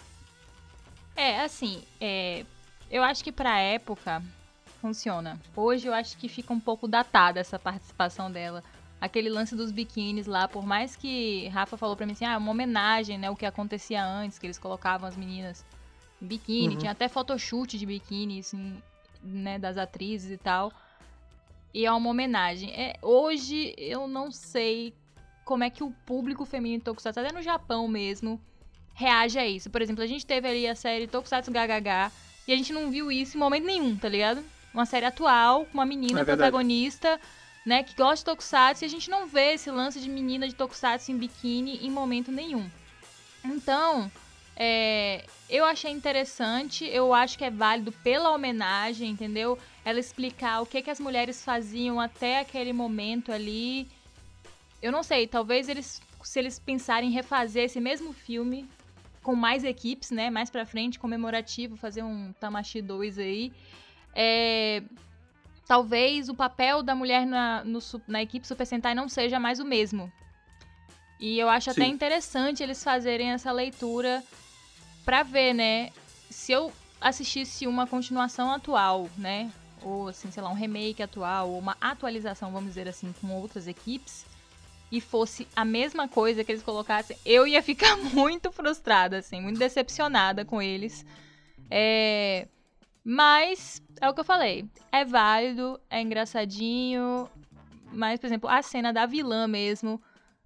Eu acho que pra época funciona. Hoje eu acho que fica um pouco datada essa participação dela. Aquele lance dos biquínis lá, por mais que Rafa falou pra mim assim, uma homenagem, né, o que acontecia antes, que eles colocavam as meninas em biquíni, tinha até photoshoot de biquíni, assim, né, das atrizes e tal. E é uma homenagem. Hoje eu não sei como é que o público feminino de Tokusatsu, até no Japão mesmo, reage a isso. Por exemplo, a gente teve ali a série Tokusatsu GHH e a gente não viu isso em momento nenhum, tá ligado? Uma série atual, com uma menina protagonista, né, que gosta de Tokusatsu, e a gente não vê esse lance de menina de Tokusatsu em biquíni em momento nenhum. Então, eu achei interessante, eu acho que é válido pela homenagem, entendeu? Ela explicar o que as mulheres faziam até aquele momento ali. Eu não sei, talvez se eles pensarem em refazer esse mesmo filme com mais equipes, né, mais pra frente, comemorativo, fazer um Tamashi 2 aí, talvez o papel da mulher na equipe Super Sentai não seja mais o mesmo. E eu acho até interessante eles fazerem essa leitura pra ver, né, se eu assistisse uma continuação atual, né, ou assim, sei lá, um remake atual, ou uma atualização, vamos dizer assim, com outras equipes, e fosse a mesma coisa que eles colocassem, eu ia ficar muito frustrada, assim, muito decepcionada com eles. Mas, é o que eu falei, é válido, é engraçadinho, mas, por exemplo, a cena da vilã mesmo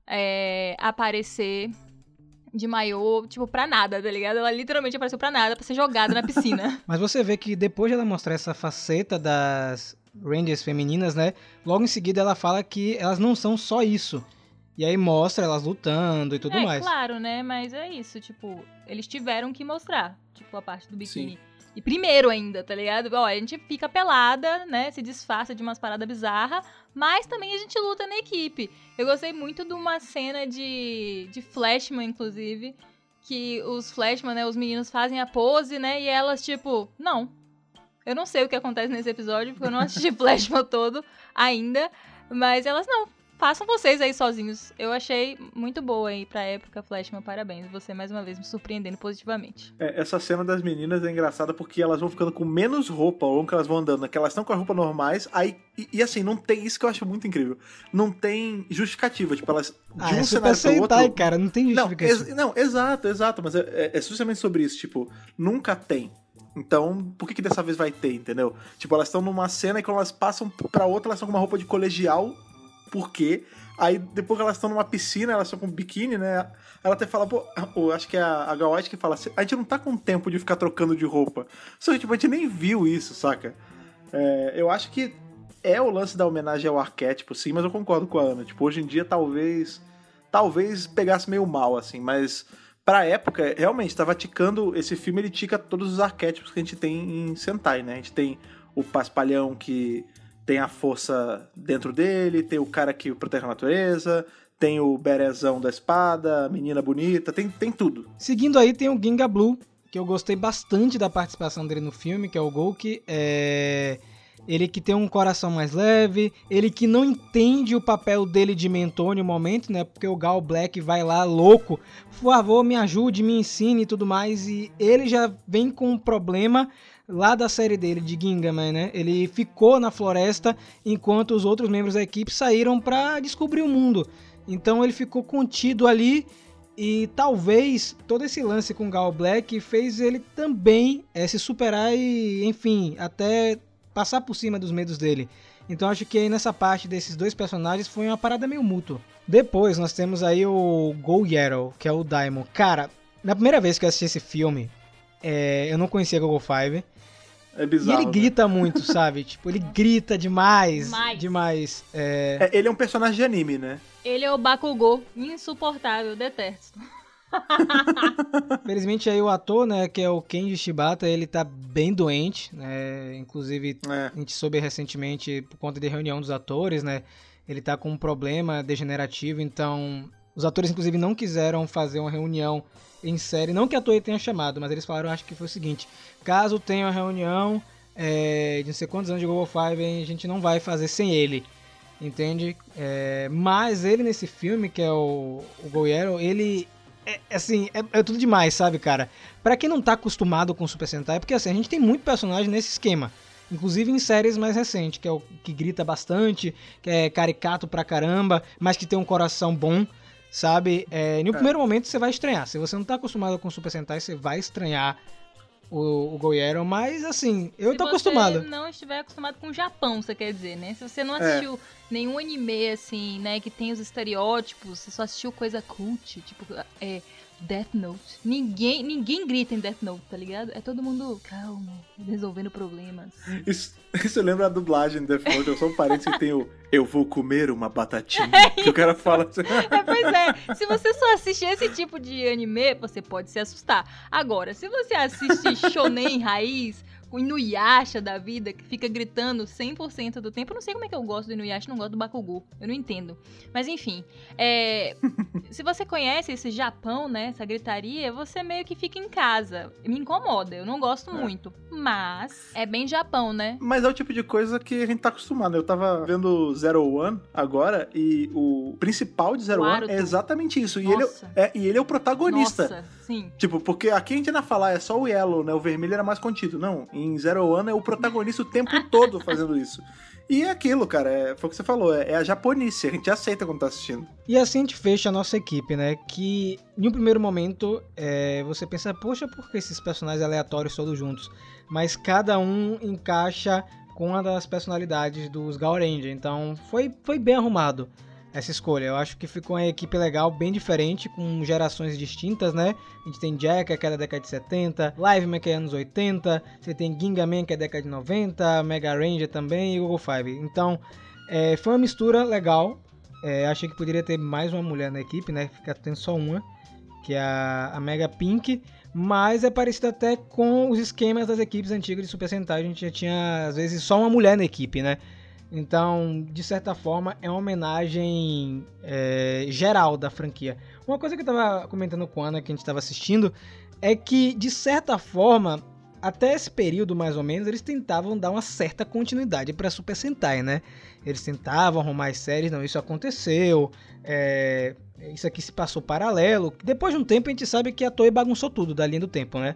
aparecer de maiô, tipo, pra nada, tá ligado? Ela literalmente apareceu pra nada, pra ser jogada na piscina. Mas você vê que depois de ela mostrar essa faceta das Rangers femininas, né? Logo em seguida ela fala que elas não são só isso. E aí mostra elas lutando e tudo mais. Claro, né? Mas é isso, tipo, eles tiveram que mostrar, tipo, a parte do biquíni. Sim. E primeiro ainda, tá ligado? Ó, a gente fica pelada, né? Se disfarça de umas paradas bizarras, mas também a gente luta na equipe. Eu gostei muito de uma cena de Flashman, inclusive, que os Flashman, né? Os meninos fazem a pose, né? E elas, tipo, não. Eu não sei o que acontece nesse episódio, porque eu não assisti Flashman todo ainda, mas elas não. Façam vocês aí sozinhos. Eu achei muito boa aí pra época, Flashman, parabéns. Você, mais uma vez, me surpreendendo positivamente. Essa cena das meninas é engraçada porque elas vão ficando com menos roupa ao longo que elas vão andando, né? Que elas estão com as roupas normais, aí... E assim, não tem... Isso que eu acho muito incrível. Não tem justificativa, tipo, elas... De um cenário pro outro... cara, não tem justificativa. Não, exato, mas é justamente sobre isso, tipo, nunca tem. Então, por que dessa vez vai ter, entendeu? Tipo, elas estão numa cena e quando elas passam pra outra, elas estão com uma roupa de colegial. Por quê? Aí depois que elas estão numa piscina, elas estão com biquíni, né? Ela até fala, pô, acho que é a Gal White que fala assim, a gente não tá com tempo de ficar trocando de roupa. Só que tipo, a gente nem viu isso, saca? Eu acho que é o lance da homenagem ao arquétipo, sim, mas eu concordo com a Ana. Tipo, hoje em dia talvez pegasse meio mal, assim, mas pra época, realmente, tava ticando, esse filme ele tica todos os arquétipos que a gente tem em Sentai, né? A gente tem o paspalhão que tem a força dentro dele, tem o cara que protege a natureza, tem o berezão da espada, a menina bonita, tem tudo. Seguindo aí tem o Ginga Blue, que eu gostei bastante da participação dele no filme, que é o Gouki. Ele que tem um coração mais leve, ele que não entende o papel dele de mentor no momento, né? Porque o Gal Black vai lá louco, por favor, me ajude, me ensine e tudo mais, e ele já vem com um problema lá da série dele, de Gingaman, né? Ele ficou na floresta enquanto os outros membros da equipe saíram pra descobrir o mundo. Então ele ficou contido ali e talvez todo esse lance com Gal Black fez ele também se superar e, enfim, até passar por cima dos medos dele. Então acho que aí nessa parte desses dois personagens foi uma parada meio mútua. Depois nós temos aí o Go Yero, que é o Daimon. Cara, na primeira vez que eu assisti esse filme, eu não conhecia Google Five. É bizarro. E ele grita muito, sabe? Tipo, ele grita demais. Demais. Ele é um personagem de anime, né? Ele é o Bakugou, insuportável, detesto. Felizmente aí o ator, né, que é o Kenji Shibata, ele tá bem doente, né? Inclusive a gente soube recentemente, por conta de reunião dos atores, né? Ele tá com um problema degenerativo, então os atores inclusive não quiseram fazer uma reunião em série, não que a Toei tenha chamado, mas eles falaram, acho que foi o seguinte: caso tenha uma reunião de não sei quantos anos de Google Five, a gente não vai fazer sem ele, entende? Mas ele nesse filme, que é o Goiero, ele é tudo demais, sabe, cara? Pra quem não tá acostumado com Super Sentai, porque assim, a gente tem muito personagem nesse esquema, inclusive em séries mais recentes, que é o que grita bastante, que é caricato pra caramba, mas que tem um coração bom, sabe? No primeiro momento você vai estranhar. Se você não tá acostumado com Super Sentai, você vai estranhar o Goiero, mas assim, eu tô acostumado. Se você não estiver acostumado com o Japão, você quer dizer, né? Se você não assistiu nenhum anime, assim, né, que tem os estereótipos, você só assistiu coisa cult, tipo, Death Note. Ninguém grita em Death Note, tá ligado? É todo mundo calmo, resolvendo problemas. Isso lembra a dublagem de Death Note. Eu sou um parente que tem o "eu vou comer uma batatinha", que o cara fala assim. Pois é. Se você só assiste esse tipo de anime, você pode se assustar. Agora, se você assiste shonen raiz, o Inuyasha da vida, que fica gritando 100% do tempo. Eu não sei como é que eu gosto do Inuyasha, não gosto do Bakugou. Eu não entendo. Mas enfim, se você conhece esse Japão, né, essa gritaria, você meio que fica em casa. Me incomoda, eu não gosto muito. Mas é bem Japão, né? Mas é o tipo de coisa que a gente tá acostumado. Eu tava vendo Zero One agora e o principal de Zero One é exatamente isso. E ele é o protagonista. Nossa, sim. Tipo, porque aqui a gente ainda fala, é só o Yellow, né? O vermelho era mais contido. Não, em Em Zero One é o protagonista o tempo todo fazendo isso. E é aquilo, cara, foi o que você falou, é a japonice, a gente aceita quando tá assistindo. E assim a gente fecha a nossa equipe, né? Que em um primeiro momento você pensa, poxa, por que esses personagens aleatórios todos juntos? Mas cada um encaixa com uma das personalidades dos Gaoranger, então foi bem arrumado essa escolha. Eu acho que ficou uma equipe legal, bem diferente, com gerações distintas, né? A gente tem Jack, que é da década de 70, Liveman, que é anos 80, você tem Gingaman, que é década de 90, Mega Ranger também e Google Five. Então, foi uma mistura legal. Achei que poderia ter mais uma mulher na equipe, né? Fica tendo só uma, que é a Mega Pink, mas é parecido até com os esquemas das equipes antigas de Super Sentai. A gente já tinha, às vezes, só uma mulher na equipe, né? Então, de certa forma, é uma homenagem geral da franquia. Uma coisa que eu tava comentando com a Ana, que a gente tava assistindo, é que, de certa forma, até esse período, mais ou menos, eles tentavam dar uma certa continuidade pra Super Sentai, né? Eles tentavam arrumar as séries, não, isso aconteceu, isso aqui se passou paralelo. Depois de um tempo, a gente sabe que a Toei bagunçou tudo da linha do tempo, né?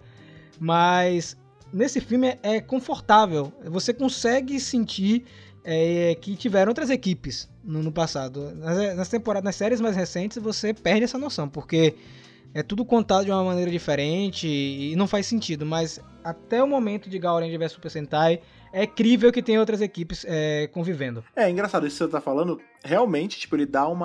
Mas, nesse filme, é confortável. Você consegue sentir que tiveram outras equipes no passado. Nas temporadas, nas séries mais recentes, você perde essa noção, porque é tudo contado de uma maneira diferente e não faz sentido, mas até o momento de Gaoranger vs Super Sentai, é crível que tem outras equipes convivendo. É engraçado isso que você tá falando, realmente, tipo, ele dá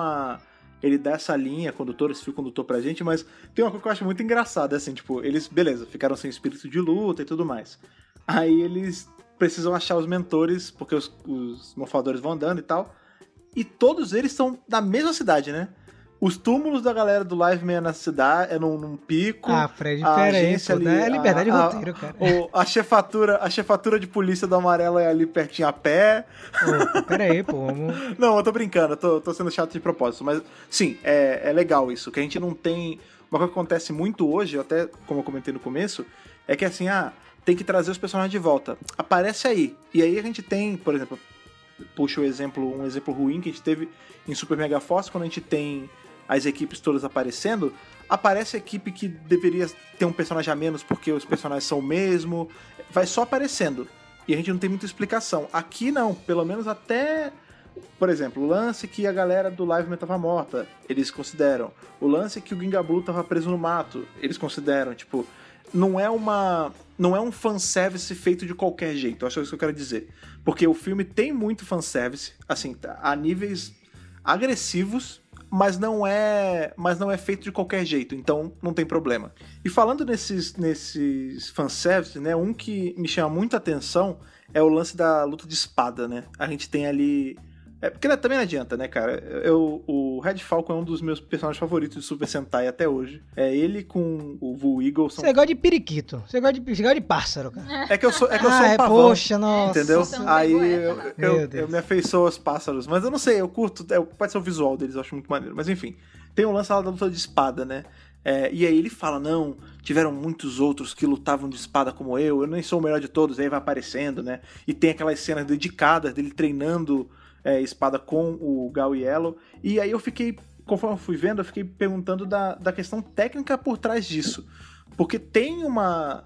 essa linha condutora, esse fio condutor pra gente, mas tem uma coisa que eu acho muito engraçada, assim, tipo, eles, beleza, ficaram sem espírito de luta e tudo mais. Aí eles precisam achar os mentores, porque os morfadores vão andando e tal. E todos eles estão na mesma cidade, né? Os túmulos da galera do Liveman na cidade, num pico. Ah, Fred, peraí, é liberdade de roteiro, cara. A chefatura de polícia do Amarelo é ali pertinho a pé. Peraí, pô. Não, eu tô brincando, tô sendo chato de propósito. Mas, sim, é legal isso, que a gente não tem... Uma coisa que acontece muito hoje, até como eu comentei no começo, é que assim, tem que trazer os personagens de volta. Aparece aí. E aí a gente tem, por exemplo, puxo um exemplo ruim que a gente teve em Super Mega Force, quando a gente tem as equipes todas aparecendo, aparece a equipe que deveria ter um personagem a menos porque os personagens são o mesmo, vai só aparecendo. E a gente não tem muita explicação. Aqui não, pelo menos até... Por exemplo, o lance que a galera do Liveman tava morta, eles consideram. O lance que o Ginga Blue tava preso no mato, eles consideram, tipo... Não é um fanservice feito de qualquer jeito, eu acho que é isso que eu quero dizer. Porque o filme tem muito fanservice, assim, a níveis agressivos, mas não é feito de qualquer jeito, então não tem problema. E falando nesses fanservice, né, um que me chama muita atenção é o lance da luta de espada, né? A gente tem ali... porque também não adianta, né, cara? O Red Falcon é um dos meus personagens favoritos de Super Sentai até hoje. É ele com o Vu Eagle. Você gosta de periquito. Você gosta de pássaro, cara. É que eu sou um pavão. Poxa, nossa. Entendeu? Aí eu me afeiçoo aos pássaros. Mas eu não sei, eu curto. Pode ser o visual deles, eu acho muito maneiro. Mas enfim, tem o lance lá da luta de espada, né? E aí ele fala, não, tiveram muitos outros que lutavam de espada como eu nem sou o melhor de todos. Aí vai aparecendo, né? E tem aquelas cenas dedicadas dele treinando... espada com o Gal Yellow, e aí eu fiquei, conforme eu fui vendo, eu fiquei perguntando da questão técnica por trás disso, porque tem uma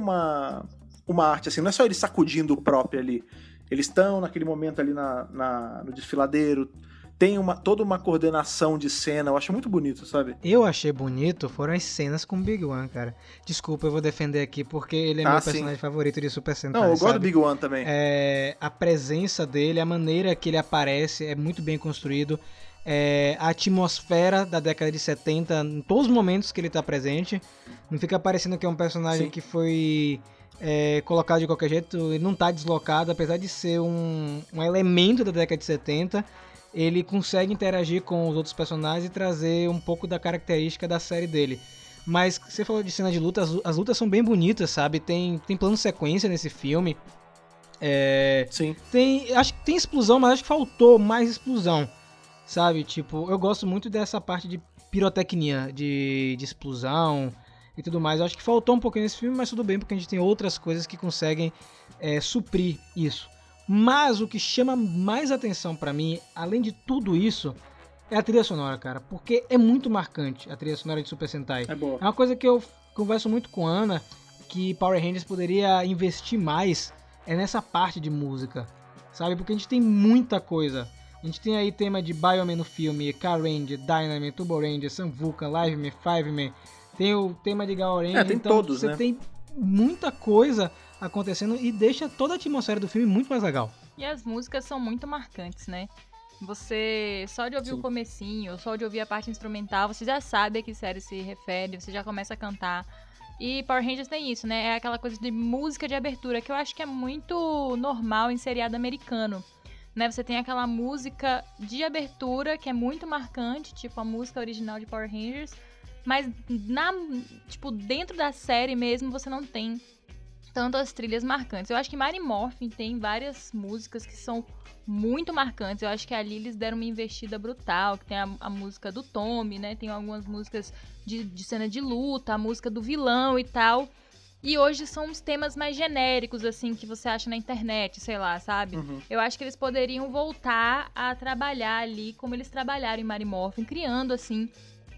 arte, assim, não é só ele sacudindo o próprio ali, eles estão naquele momento ali no desfiladeiro, tem toda uma coordenação de cena, eu acho muito bonito, sabe? Eu achei bonito, foram as cenas com o Big One, cara. Desculpa, eu vou defender aqui, porque ele é meu personagem favorito de Super Sentai, Não, eu gosto do Big One também. A presença dele, a maneira que ele aparece é muito bem construído. A atmosfera da década de 70, em todos os momentos que ele tá presente. Não fica parecendo que é um personagem que foi... colocado de qualquer jeito, ele não tá deslocado, apesar de ser um elemento da década de 70, ele consegue interagir com os outros personagens e trazer um pouco da característica da série dele. Mas você falou de cena de luta, as lutas são bem bonitas, sabe? Tem plano de sequência nesse filme. Sim. Acho que tem explosão, mas acho que faltou mais explosão, sabe? Tipo, eu gosto muito dessa parte de pirotecnia, de explosão e tudo mais. Eu acho que faltou um pouquinho nesse filme, mas tudo bem, porque a gente tem outras coisas que conseguem suprir isso. Mas o que chama mais atenção pra mim, além de tudo isso, é a trilha sonora, cara. Porque é muito marcante a trilha sonora de Super Sentai. É boa. É uma coisa que eu converso muito com a Ana. que Power Rangers poderia investir mais é nessa parte de música, sabe? Porque a gente tem muita coisa. A gente tem aí tema de Bioman no filme, Car-Ranger, Dynamite, Turbo Ranger, Sun Vulcan, Liveman, Fiveman. Tem o tema de Gao Ranger. Tem então todos, você né? tem muita coisa acontecendo e deixa toda a atmosfera do filme muito mais legal. E as músicas são muito marcantes, né? Você, só de ouvir o comecinho, só de ouvir a parte instrumental, você já sabe a que série se refere, você já começa a cantar. E Power Rangers tem isso, né? É aquela coisa de música de abertura, que eu acho que é muito normal em seriado americano. Né? Você tem aquela música de abertura, que é muito marcante, tipo a música original de Power Rangers, mas dentro da série mesmo, você não tem tantas trilhas marcantes. Eu acho que Mighty Morphin tem várias músicas que são muito marcantes. Eu acho que ali eles deram uma investida brutal, que tem a música do Tommy, né? Tem algumas músicas de cena de luta, a música do vilão e tal. E hoje são uns temas mais genéricos, assim, que você acha na internet, sei lá, sabe? Uhum. Eu acho que eles poderiam voltar a trabalhar ali como eles trabalharam em Mighty Morphin, criando, assim,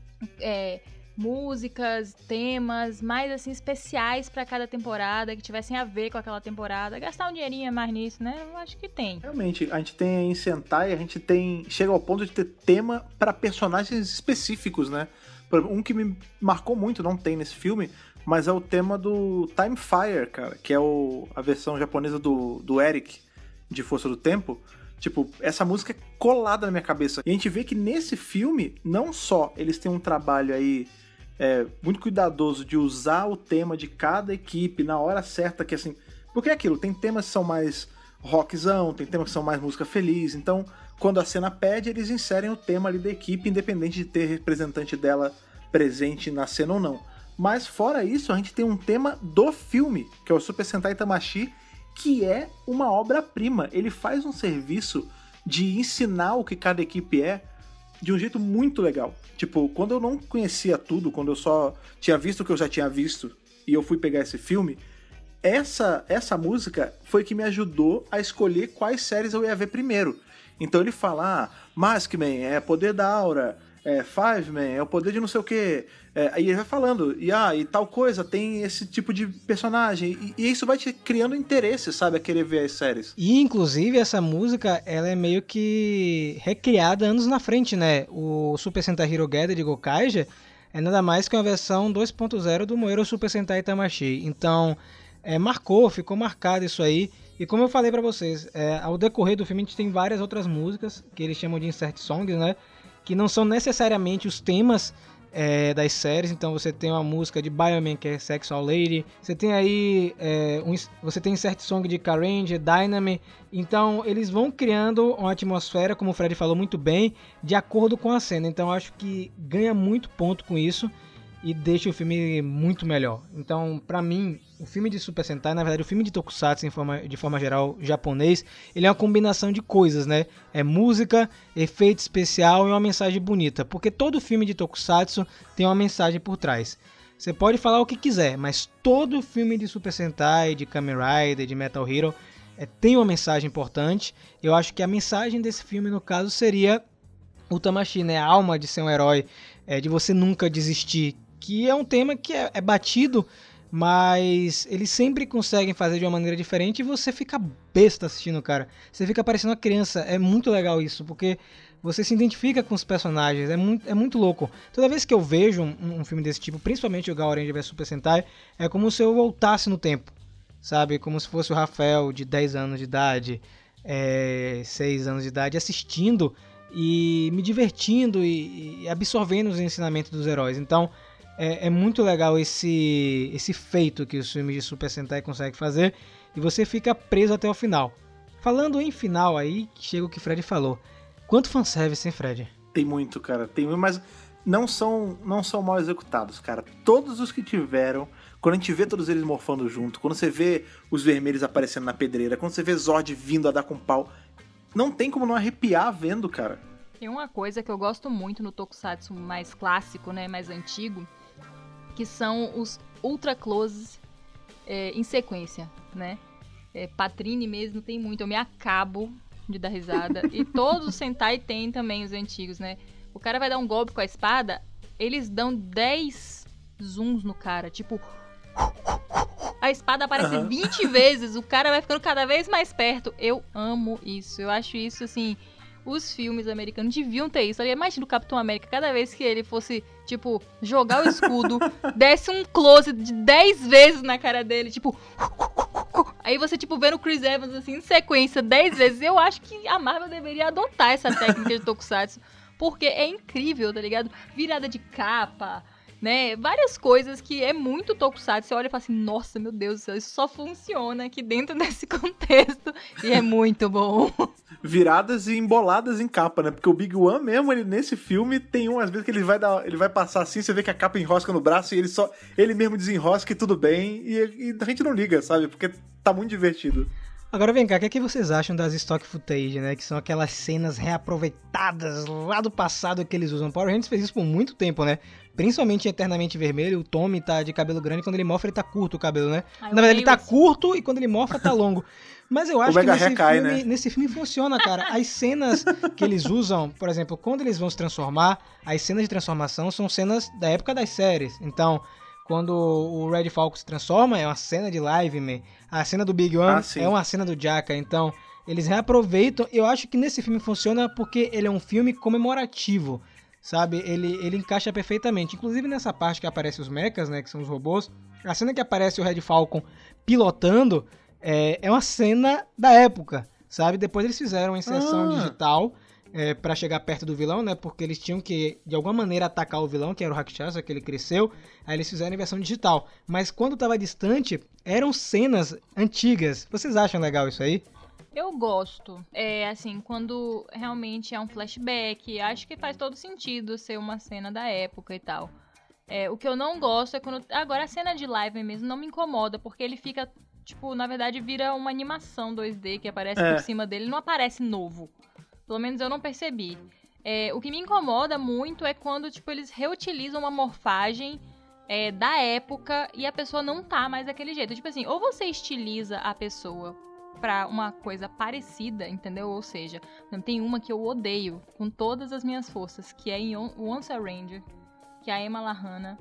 músicas, temas mais, assim, especiais pra cada temporada, que tivessem a ver com aquela temporada. Gastar um dinheirinho mais nisso, né? Eu acho que tem. Realmente, a gente tem em Sentai, chega ao ponto de ter tema pra personagens específicos, né? Um que me marcou muito, não tem nesse filme, mas é o tema do Time Fire, cara, que é a versão japonesa do Eric, de Força do Tempo. Tipo, essa música é colada na minha cabeça. E a gente vê que nesse filme, não só eles têm um trabalho aí muito cuidadoso de usar o tema de cada equipe na hora certa, que assim... Porque é aquilo, tem temas que são mais rockzão, tem temas que são mais música feliz, então quando a cena pede, eles inserem o tema ali da equipe, independente de ter representante dela presente na cena ou não. Mas fora isso, a gente tem um tema do filme, que é o Super Sentai Tamashii, que é uma obra-prima. Ele faz um serviço de ensinar o que cada equipe é de um jeito muito legal. Tipo, quando eu não conhecia tudo, quando eu só tinha visto o que eu já tinha visto, e eu fui pegar esse filme, essa música foi que me ajudou a escolher quais séries eu ia ver primeiro. Então ele fala, Maskman é poder da aura, Fiveman é o poder de não sei o que. Aí ele vai falando, e tal coisa tem esse tipo de personagem. E isso vai te criando interesse, sabe, a querer ver as séries. E inclusive essa música, ela é meio que recriada anos na frente, né? O Super Sentai Hero Gather de Gokaiger é nada mais que uma versão 2.0 do Moero Super Sentai Tamashii. Então, ficou marcado isso aí. E como eu falei pra vocês, ao decorrer do filme a gente tem várias outras músicas que eles chamam de insert songs, né? Que não são necessariamente os temas das séries. Então você tem uma música de Bioman, que é Sexual Lady. Você tem aí você tem insert song de Car-Ranger, Dynamite. Então eles vão criando uma atmosfera, como o Fred falou muito bem, de acordo com a cena. Então eu acho que ganha muito ponto com isso e deixa o filme muito melhor. Então, pra mim, o filme de Super Sentai, na verdade, o filme de Tokusatsu, de forma geral, japonês, ele é uma combinação de coisas, né? É música, efeito especial e uma mensagem bonita. Porque todo filme de Tokusatsu tem uma mensagem por trás. Você pode falar o que quiser, mas todo filme de Super Sentai, de Kamen Rider, de Metal Hero, tem uma mensagem importante. Eu acho que a mensagem desse filme, no caso, seria o Tamashii, né? A alma de ser um herói, de você nunca desistir. Que é um tema que é batido, mas eles sempre conseguem fazer de uma maneira diferente e você fica besta assistindo, cara. Você fica parecendo uma criança. É muito legal isso, porque você se identifica com os personagens. É muito louco. Toda vez que eu vejo um filme desse tipo, principalmente o Gao Ranger vs Super Sentai, é como se eu voltasse no tempo, sabe? Como se fosse o Rafael de 10 anos de idade, 6 anos de idade, assistindo e me divertindo e absorvendo os ensinamentos dos heróis. Então, é muito legal esse feito que os filmes de Super Sentai conseguem fazer e você fica preso até o final. Falando em final aí, chega o que o Fred falou. Quanto fanservice, hein, Fred? Tem muito, cara. Tem muito, mas não são mal executados, cara. Todos os que tiveram, quando a gente vê todos eles morfando junto, quando você vê os vermelhos aparecendo na pedreira, quando você vê Zord vindo a dar com pau, não tem como não arrepiar vendo, cara. Tem uma coisa que eu gosto muito no Tokusatsu mais clássico, né, mais antigo, que são os ultra closes em sequência, né? Patrine mesmo tem muito, eu me acabo de dar risada. E todos os Sentai tem também, os antigos, né? O cara vai dar um golpe com a espada, eles dão 10 zooms no cara, tipo... a espada aparece 20 vezes, o cara vai ficando cada vez mais perto. Eu amo isso, eu acho isso, assim... Os filmes americanos deviam ter isso. Imagina o Capitão América, cada vez que ele fosse, tipo, jogar o escudo, desse um close de 10 vezes na cara dele, tipo... Aí você, tipo, vendo o Chris Evans, assim, em sequência, 10 vezes. Eu acho que a Marvel deveria adotar essa técnica de Tokusatsu, porque é incrível, tá ligado? Virada de capa, né? Várias coisas que é muito Tokusatsu. Você olha e fala assim, nossa, meu Deus do céu, isso só funciona aqui dentro desse contexto. E é muito bom. Viradas e emboladas em capa, né? Porque o Big One mesmo, ele nesse filme tem umas vezes que ele vai passar assim, você vê que a capa enrosca no braço e ele mesmo desenrosca e tudo bem, e a gente não liga, sabe? Porque tá muito divertido. Agora vem cá, o que é que vocês acham das stock footage, né? Que são aquelas cenas reaproveitadas lá do passado que eles usam. Power Rangers fez isso por muito tempo, né? Principalmente em Eternamente Vermelho, o Tommy tá de cabelo grande, quando ele morfa ele tá curto o cabelo, né? Na verdade ele tá curto e quando ele morfa tá longo. Mas eu acho que nesse filme funciona, cara. As cenas que eles usam, por exemplo, quando eles vão se transformar, as cenas de transformação são cenas da época das séries. Então, quando o Red Falcon se transforma, é uma cena de Liveman. A cena do Big One é uma cena do Jaka. Então, eles reaproveitam. Eu acho que nesse filme funciona porque ele é um filme comemorativo, sabe? Ele encaixa perfeitamente. Inclusive nessa parte que aparecem os mechas, né, que são os robôs. A cena que aparece o Red Falcon pilotando é uma cena da época, sabe? Depois eles fizeram uma inserção digital pra chegar perto do vilão, né? Porque eles tinham que, de alguma maneira, atacar o vilão, que era o Rakshasa, que ele cresceu. Aí eles fizeram em versão digital. Mas quando tava distante, eram cenas antigas. Vocês acham legal isso aí? Eu gosto. Assim, quando realmente é um flashback, acho que faz todo sentido ser uma cena da época e tal. O que eu não gosto é quando... Agora, a cena de live mesmo não me incomoda, porque ele fica... Tipo, na verdade, vira uma animação 2D que aparece por cima dele. Não aparece novo. Pelo menos eu não percebi. O que me incomoda muito é quando, tipo, eles reutilizam uma morfagem da época e a pessoa não tá mais daquele jeito. Tipo assim, ou você estiliza a pessoa pra uma coisa parecida, entendeu? Ou seja, tem uma que eu odeio com todas as minhas forças, que é em Once a Ranger, que a Emma Lahana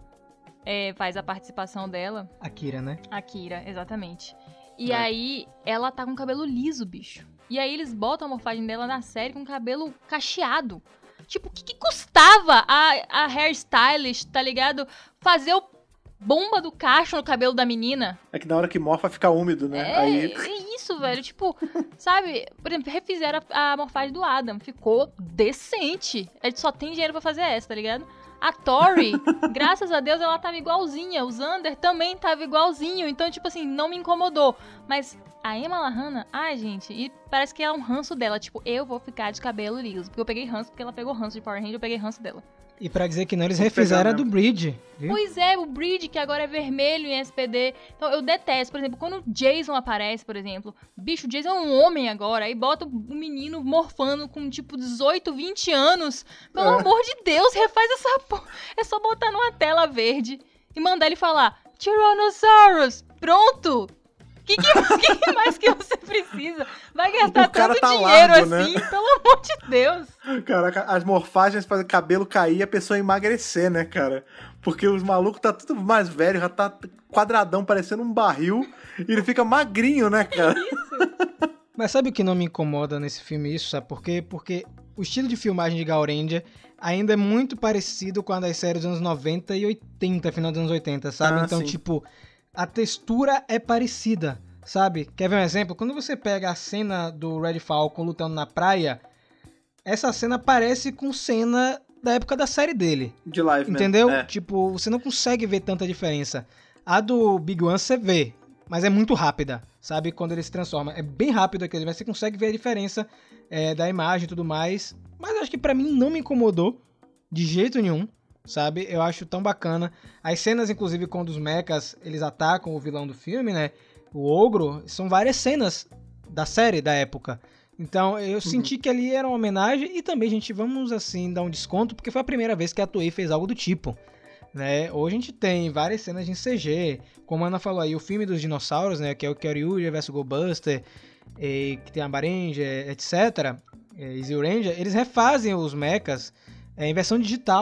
faz a participação dela. Akira, né? Akira, exatamente. E aí, ela tá com cabelo liso, bicho. E aí, eles botam a morfagem dela na série com cabelo cacheado. Tipo, o que custava a hairstylist, tá ligado? Fazer o bomba do cacho no cabelo da menina. É que na hora que morfa fica úmido, né? É isso, velho. Tipo, sabe? Por exemplo, refizeram a morfagem do Adam. Ficou decente. A gente só tem dinheiro pra fazer essa, tá ligado? A Tori, graças a Deus, ela tava igualzinha. O Xander também tava igualzinho. Então, tipo assim, não me incomodou. Mas a Emma Lahana, ai, gente, e parece que é um ranço dela. Tipo, eu vou ficar de cabelo liso. Porque eu peguei ranço, porque ela pegou ranço de Power Ranger, eu peguei ranço dela. E pra dizer que não, eles refizeram a do Bridge, viu? Pois é, o Bridge, que agora é vermelho em SPD. Então, eu detesto. Por exemplo, quando o Jason aparece, por exemplo. Bicho, o Jason é um homem agora. Aí bota o menino morfando com, tipo, 18, 20 anos. Pelo amor de Deus, refaz essa porra. É só botar numa tela verde e mandar ele falar Tyrannosaurus. Pronto! O que mais que você precisa? Vai gastar tanto dinheiro largo, assim, né? Pelo amor de Deus. Caraca, as morfagens fazem o cabelo cair e a pessoa emagrecer, né, cara? Porque os malucos tá tudo mais velho, já tá quadradão, parecendo um barril, e ele fica magrinho, né, cara? Isso. Mas sabe o que não me incomoda nesse filme isso? Sabe por quê? Porque o estilo de filmagem de Gaoranger ainda é muito parecido com a das séries dos anos 90 e 80, final dos anos 80, sabe? Então, sim. Tipo... A textura é parecida, sabe? Quer ver um exemplo? Quando você pega a cena do Red Falcon lutando na praia, essa cena parece com cena da época da série dele. De live, entendeu? É. Tipo, você não consegue ver tanta diferença. A do Big One você vê, mas é muito rápida, sabe? Quando ele se transforma. É bem rápido aquele, mas você consegue ver a diferença da imagem e tudo mais. Mas eu acho que pra mim não me incomodou de jeito nenhum. Sabe? Eu acho tão bacana. As cenas, inclusive, quando os mechas, eles atacam o vilão do filme, né? O ogro, são várias cenas da série, da época. Então, eu senti que ali era uma homenagem e também, gente, vamos, assim, dar um desconto, porque foi a primeira vez que a Toei fez algo do tipo, né? Hoje a gente tem várias cenas em CG, como a Ana falou aí, o filme dos dinossauros, né? Que é o Kyoryuger vs Goldbuster, que tem a Baranger, etc. E Zeo Ranger, eles refazem os mechas em versão digital,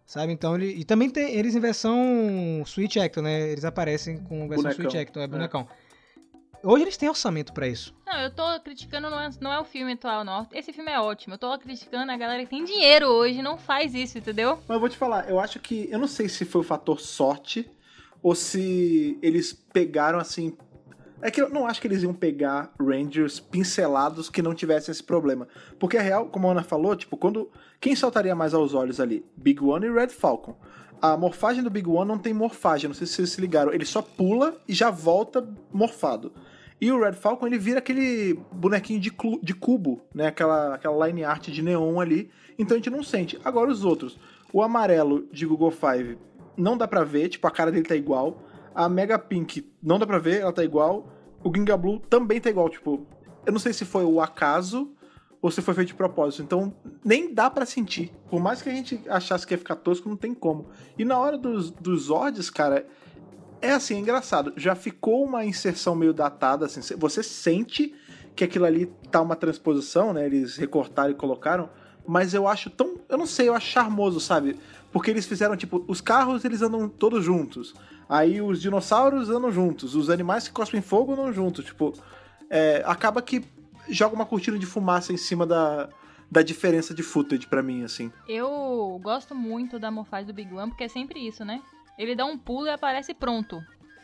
sabe? Então, e também tem eles em versão Switch Actor, né? Eles aparecem com versão Bonecão. Switch Actor, bonecão. Hoje eles têm orçamento pra isso. Não, eu tô criticando, não é o filme atual, não. Esse filme é ótimo. Eu tô criticando a galera que tem dinheiro hoje, não faz isso, entendeu? Mas eu vou te falar, eu acho que... Eu não sei se foi o fator sorte ou se eles pegaram, assim... É que eu não acho que eles iam pegar Rangers pincelados que não tivessem esse problema. Porque a real, como a Ana falou, tipo, quem saltaria mais aos olhos ali? Big One e Red Falcon. A morfagem do Big One não tem morfagem, não sei se vocês se ligaram. Ele só pula e já volta morfado. E o Red Falcon, ele vira aquele bonequinho de cubo, né? Aquela line art de neon ali. Então a gente não sente. Agora os outros. O amarelo de Google Five não dá pra ver, tipo, a cara dele tá igual. A Mega Pink não dá pra ver, ela tá igual. O Ginga Blue também tá igual, tipo... Eu não sei se foi o acaso ou se foi feito de propósito. Então, nem dá pra sentir. Por mais que a gente achasse que ia ficar tosco, não tem como. E na hora dos Zords, cara... É assim, é engraçado. Já ficou uma inserção meio datada, assim. Você sente que aquilo ali tá uma transposição, né? Eles recortaram e colocaram. Mas eu acho tão... Eu não sei, eu acho charmoso, sabe? Porque eles fizeram, tipo... Os carros, eles andam todos juntos. Aí os dinossauros andam juntos. Os animais que cospem fogo andam juntos. Tipo... acaba que joga uma cortina de fumaça em cima da diferença de footage pra mim, assim. Eu gosto muito da morfagem do Big One, porque é sempre isso, né? Ele dá um pulo e aparece pronto.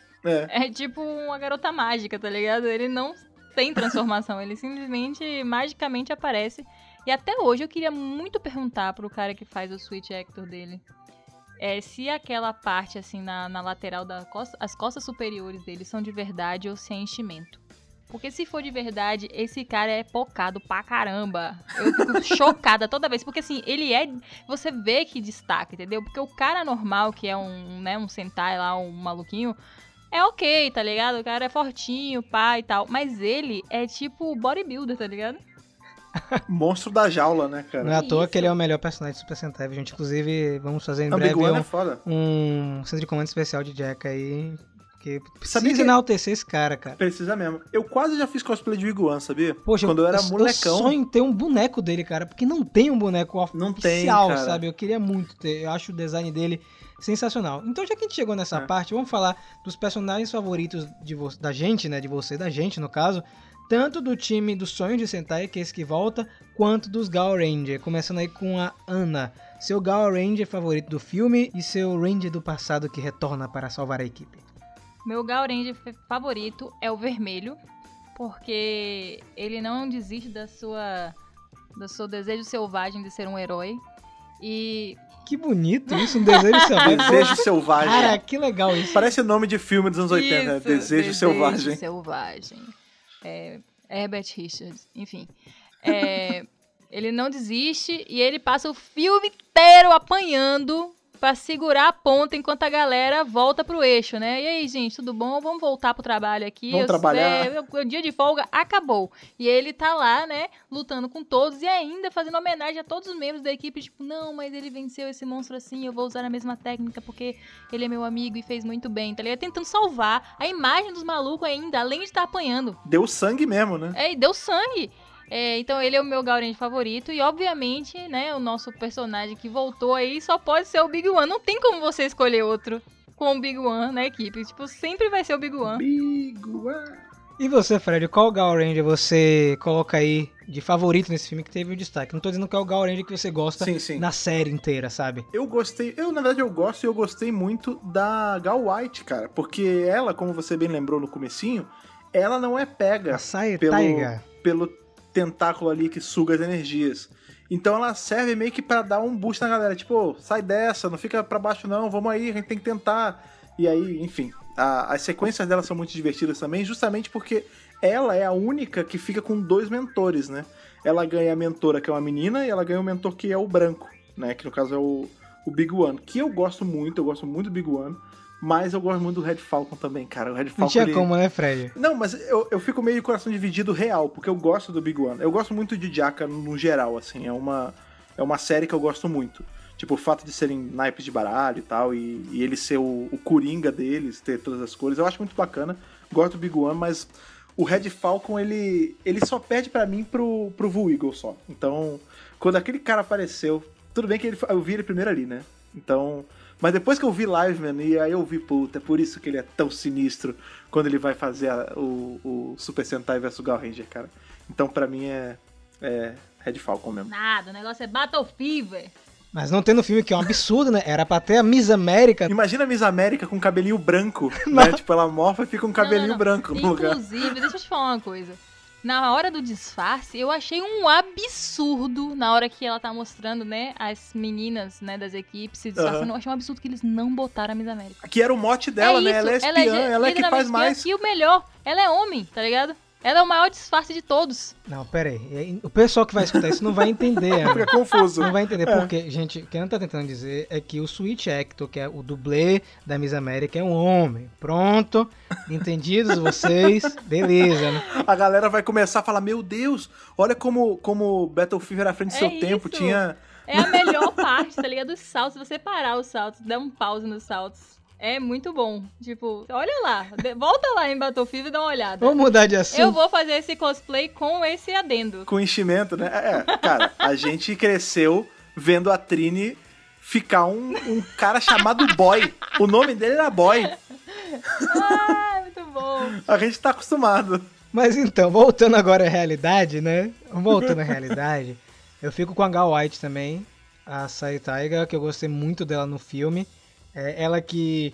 É tipo uma garota mágica, tá ligado? Ele não tem transformação, ele simplesmente, magicamente aparece. E até hoje eu queria muito perguntar pro cara que faz o Switch Actor dele. Se aquela parte, assim, na lateral da costa, as costas superiores dele são de verdade ou se é enchimento. Porque se for de verdade, esse cara é pocado pra caramba. Eu fico chocada toda vez. Porque assim, ele você vê que destaca, entendeu? Porque o cara normal, que é um Sentai lá, um maluquinho, é ok, tá ligado? O cara é fortinho, pá e tal. Mas ele é tipo bodybuilder, tá ligado? Monstro da jaula, né, cara? Não é à toa que ele é o melhor personagem de Super Sentai, gente. Inclusive, vamos fazer em Big breve One é foda. um centro de comando especial de Jack aí. Que Sabia precisa que- enaltecer esse cara. Precisa mesmo. Eu quase já fiz cosplay de Big One, sabia? Poxa, Quando eu era eu molecão. sonho em ter um boneco dele, cara, porque não tem um boneco Não tem, oficial, cara. sabe? Eu queria muito ter, eu acho o design dele sensacional. Então, já que a gente chegou nessa parte, vamos falar dos personagens favoritos da gente, né? De você, da gente, no caso. Tanto do time dos Sonhos de Sentai, que é esse que volta, quanto dos Gal Ranger. Começando aí com a Ana. Seu Gal Ranger favorito do filme e seu Ranger do passado que retorna para salvar a equipe. Meu Gal Ranger favorito é o vermelho, porque ele não desiste do seu desejo selvagem de ser um herói. E Que bonito isso, um desejo selvagem. Desejo Selvagem. Cara, que legal isso. Parece nome de filme dos anos 80, né? Isso, Desejo Selvagem. Selvagem. Herbert Richards, enfim. Ele não desiste e ele passa o filme inteiro apanhando pra segurar a ponta enquanto a galera volta pro eixo, né? E aí, gente, tudo bom? Vamos voltar pro trabalho aqui. Vamos trabalhar. O dia de folga acabou. E ele tá lá, né, lutando com todos e ainda fazendo homenagem a todos os membros da equipe. Tipo, não, mas ele venceu esse monstro assim, eu vou usar a mesma técnica porque ele é meu amigo e fez muito bem, tá ligado? Tentando salvar a imagem dos malucos ainda, além de estar apanhando. Deu sangue mesmo, né? E deu sangue. Então ele é o meu Gal Ranger favorito e obviamente, né, o nosso personagem que voltou aí só pode ser o Big One. Não tem como você escolher outro com o Big One na equipe. Tipo, sempre vai ser o Big One. Big One. E você, Fred, qual Gal Ranger você coloca aí de favorito nesse filme que teve o destaque? Não tô dizendo que é o Gal Ranger que você gosta Sim, sim. na série inteira, sabe? Eu gostei, na verdade eu gosto e eu gostei muito da Gal White, cara, porque ela, como você bem lembrou no comecinho, ela não é pega A Sai pelo, Taiga. pelo tentáculo ali que suga as energias. Então ela serve meio que pra dar um boost na galera, tipo, "Ô, sai dessa, não fica pra baixo não, vamos aí, a gente tem que tentar." E aí, enfim, as sequências dela são muito divertidas também, justamente porque ela é a única que fica com 2 mentores, né? Ela ganha a mentora, que é uma menina, e ela ganha o mentor, que é o branco, né? Que no caso é o Big One, que eu gosto muito do Big One, mas eu gosto muito do Red Falcon também, cara. O Red Falcon, Não tinha como, né, Fred? Não, mas eu fico meio de coração dividido real, porque eu gosto do Big One. Eu gosto muito de Jaka no geral, assim. É uma série que eu gosto muito. Tipo, o fato de serem naipes de baralho e tal, e ele ser o coringa deles, ter todas as cores, eu acho muito bacana. Gosto do Big One, mas o Red Falcon, ele só perde pra mim pro Blue Eagle só. Então, quando aquele cara apareceu, tudo bem que eu vi ele primeiro ali, né? Então... Mas depois que eu vi Live, mano, e aí eu vi, puta, é por isso que ele é tão sinistro quando ele vai fazer o Super Sentai vs Gao Ranger, cara. Então pra mim é Red Falcon mesmo. Nada, o negócio é Battle Fever. Mas não tem no filme, que é um absurdo, né? Era pra ter a Miss América. Imagina a Miss América com cabelinho branco, né? Tipo, ela morfa e fica um cabelinho branco no lugar. Inclusive, deixa eu te falar uma coisa. Na hora do disfarce, eu achei um absurdo, na hora que ela tá mostrando, né, as meninas, né, das equipes se disfarçando, eu achei um absurdo que eles não botaram a Miss América. Que era o mote dela, né? Ela é espiã, ela é que faz mais. E o melhor, ela é homem, tá ligado? Ela é o maior disfarce de todos. Não, pera aí. O pessoal que vai escutar isso não vai entender. Fica confuso. Não vai entender, porque, gente, o que Ana tá tentando dizer é que o Switch Actor, que é o dublê da Miss América, é um homem. Pronto? Entendidos vocês? Beleza, né? A galera vai começar a falar, meu Deus, olha como Battlefield era à frente do seu tempo, tinha... É a melhor parte, tá ligado? Dos saltos, se você parar os saltos, der um pause nos saltos. É muito bom. Tipo, olha lá. Volta lá em Battlefield e dá uma olhada. Vamos mudar de assunto. Eu vou fazer esse cosplay com esse adendo. Com enchimento, né? Cara, a gente cresceu vendo a Trini ficar um cara chamado Boy. O nome dele era Boy. Muito bom. A gente tá acostumado. Mas então, voltando agora à realidade, né? Voltando à realidade, eu fico com a Gal White também, a Sai Taiga, que eu gostei muito dela no filme. É ela que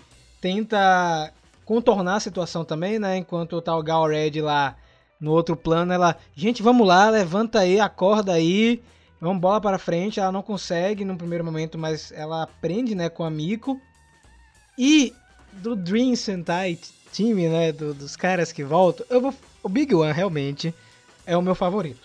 tenta contornar a situação também, né? Enquanto tá o Gal Red lá no outro plano, ela... Gente, vamos lá, levanta aí, acorda aí, vamos bola para frente. Ela não consegue no primeiro momento, mas ela aprende, né, com a Miko. E do Dream Sentai time, né, dos caras que voltam, o Big One realmente é o meu favorito.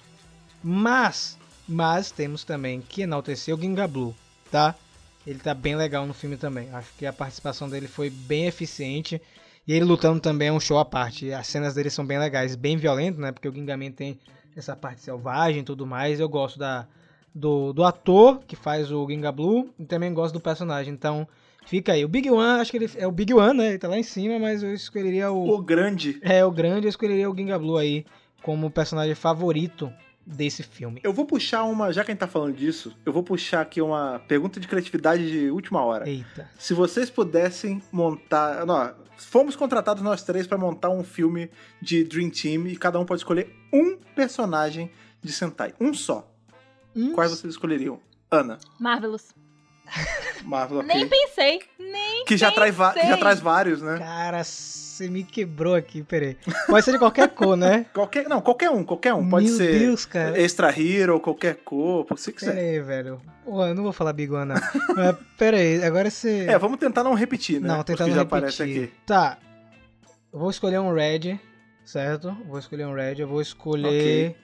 Mas temos também que enaltecer o Ginga Blue, tá? Ele tá bem legal no filme também. Acho que a participação dele foi bem eficiente. E ele lutando também é um show à parte. As cenas dele são bem legais, bem violentas, né? Porque o Gingaman tem essa parte selvagem e tudo mais. Eu gosto do ator que faz o Ginga Blue e também gosto do personagem. Então, fica aí. O Big One, acho que ele é o Big One, né? Ele tá lá em cima, mas eu escolheria o grande. O grande, eu escolheria o Ginga Blue aí como personagem favorito desse filme. Eu vou puxar já que a gente tá falando disso, eu vou puxar aqui uma pergunta de criatividade de última hora. Eita. Se vocês pudessem montar... Não, fomos contratados nós três pra montar um filme de Dream Team e cada um pode escolher um personagem de Sentai. Um só. Quais vocês escolheriam? Ana. Marvelous. Marvel, ok. Nem pensei. Que já traz vários, né? Cara, você me quebrou aqui, peraí. Pode ser de qualquer cor, né? Qualquer um. Pode ser Meu Deus, cara. Extra Hero, qualquer cor, o que você quiser. Peraí, velho. Pô, eu não vou falar Big One, não. Mas, peraí, agora você... Vamos tentar não repetir, né? Não, tentar não repetir. Tá. Eu vou escolher um Red, certo? Eu vou escolher... Ok.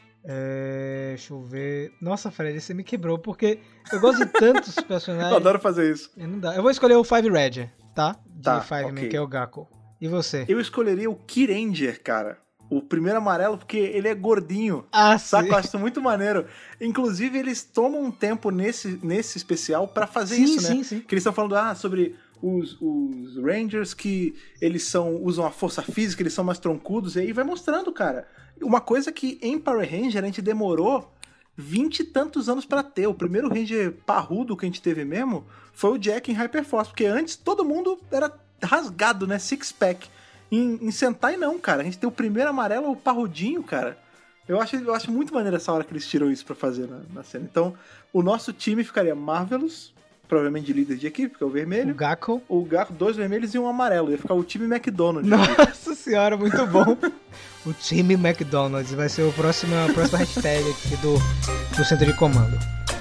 Deixa eu ver... Nossa, Fred, você me quebrou, porque eu gosto de tantos personagens. Eu adoro fazer isso. Não dá. Eu vou escolher o Five Red, tá? De Five Man, ok. que é o Gakko. E você? Eu escolheria o Kyranger, cara. O primeiro amarelo, porque ele é gordinho. Sim. Eu acho isso muito maneiro. Inclusive, eles tomam um tempo nesse especial pra fazer isso, né? Sim. Que eles estão falando sobre os Rangers que eles usam a força física, eles são mais troncudos, e aí vai mostrando, cara. Uma coisa que em Power Ranger a gente demorou 20 e tantos anos pra ter. O primeiro Ranger parrudo que a gente teve mesmo foi o Jack em Hyperforce, porque antes todo mundo era rasgado, né? Six-pack. Em Sentai não, cara. A gente tem o primeiro amarelo, o parrudinho, cara. Eu acho muito maneiro essa hora que eles tiram isso pra fazer na cena. Então, o nosso time ficaria Marvelous, provavelmente de líder de equipe, porque é o vermelho. O Gakko, 2 vermelhos e um amarelo. Ia ficar o time McDonald's. Nossa senhora, muito bom. O time McDonald's vai ser a próxima hashtag aqui do centro de comando.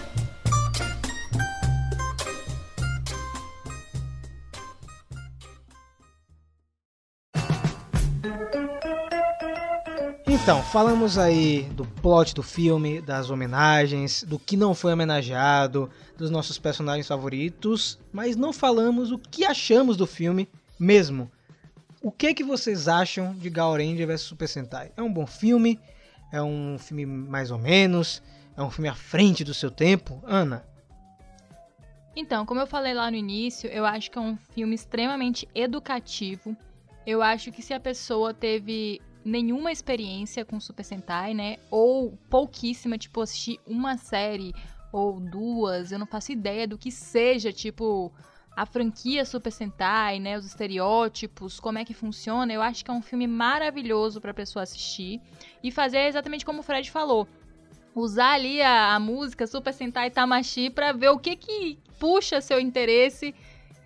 Então, falamos aí do plot do filme, das homenagens, do que não foi homenageado, dos nossos personagens favoritos, mas não falamos o que achamos do filme mesmo. O que vocês acham de Gao Ranger vs Super Sentai? É um bom filme? É um filme mais ou menos? É um filme à frente do seu tempo? Ana? Então, como eu falei lá no início, eu acho que é um filme extremamente educativo. Eu acho que se a pessoa teve nenhuma experiência com Super Sentai, né, ou pouquíssima, tipo, assistir uma série ou 2, eu não faço ideia do que seja, tipo, a franquia Super Sentai, né, os estereótipos, como é que funciona. Eu acho que é um filme maravilhoso pra pessoa assistir e fazer exatamente como o Fred falou. Usar ali a música Super Sentai Tamashii pra ver o que puxa seu interesse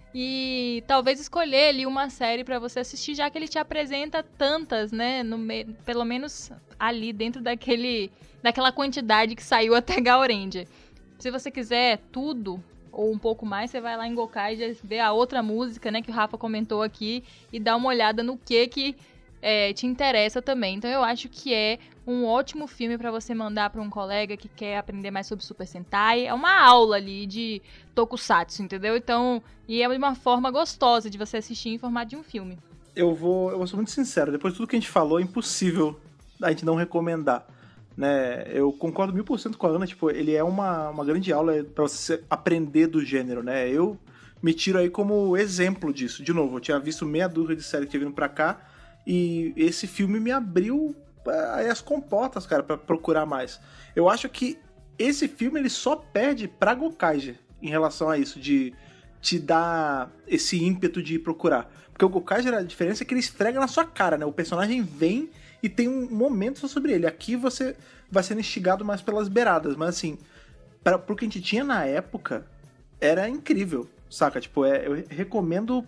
e talvez escolher ali uma série pra você assistir, já que ele te apresenta tantas, né, pelo menos ali dentro daquela quantidade que saiu até Gaoranger. Se você quiser tudo ou um pouco mais, você vai lá em Gokaiger e vê a outra música, né, que o Rafa comentou aqui e dá uma olhada no que te interessa também. Então eu acho que é um ótimo filme pra você mandar pra um colega que quer aprender mais sobre Super Sentai. É uma aula ali de tokusatsu, entendeu? Então, e é uma forma gostosa de você assistir em formato de um filme. Eu vou ser muito sincero, depois de tudo que a gente falou, é impossível a gente não recomendar. Né? Eu concordo 1000% com a Ana, tipo, ele é uma grande aula pra você aprender do gênero, né? Eu me tiro aí como exemplo disso. De novo, eu tinha visto meia dúzia de série que tinha vindo pra cá, e esse filme me abriu aí as comportas, cara, pra procurar mais. Eu acho que esse filme ele só perde pra Gokaiger em relação a isso, de te dar esse ímpeto de ir procurar. Porque o Gokaiger, a diferença é que ele esfrega na sua cara, né? O personagem vem e tem um momento só sobre ele. Aqui você vai sendo instigado mais pelas beiradas, mas assim, pro que a gente tinha na época, era incrível, saca? Tipo, eu recomendo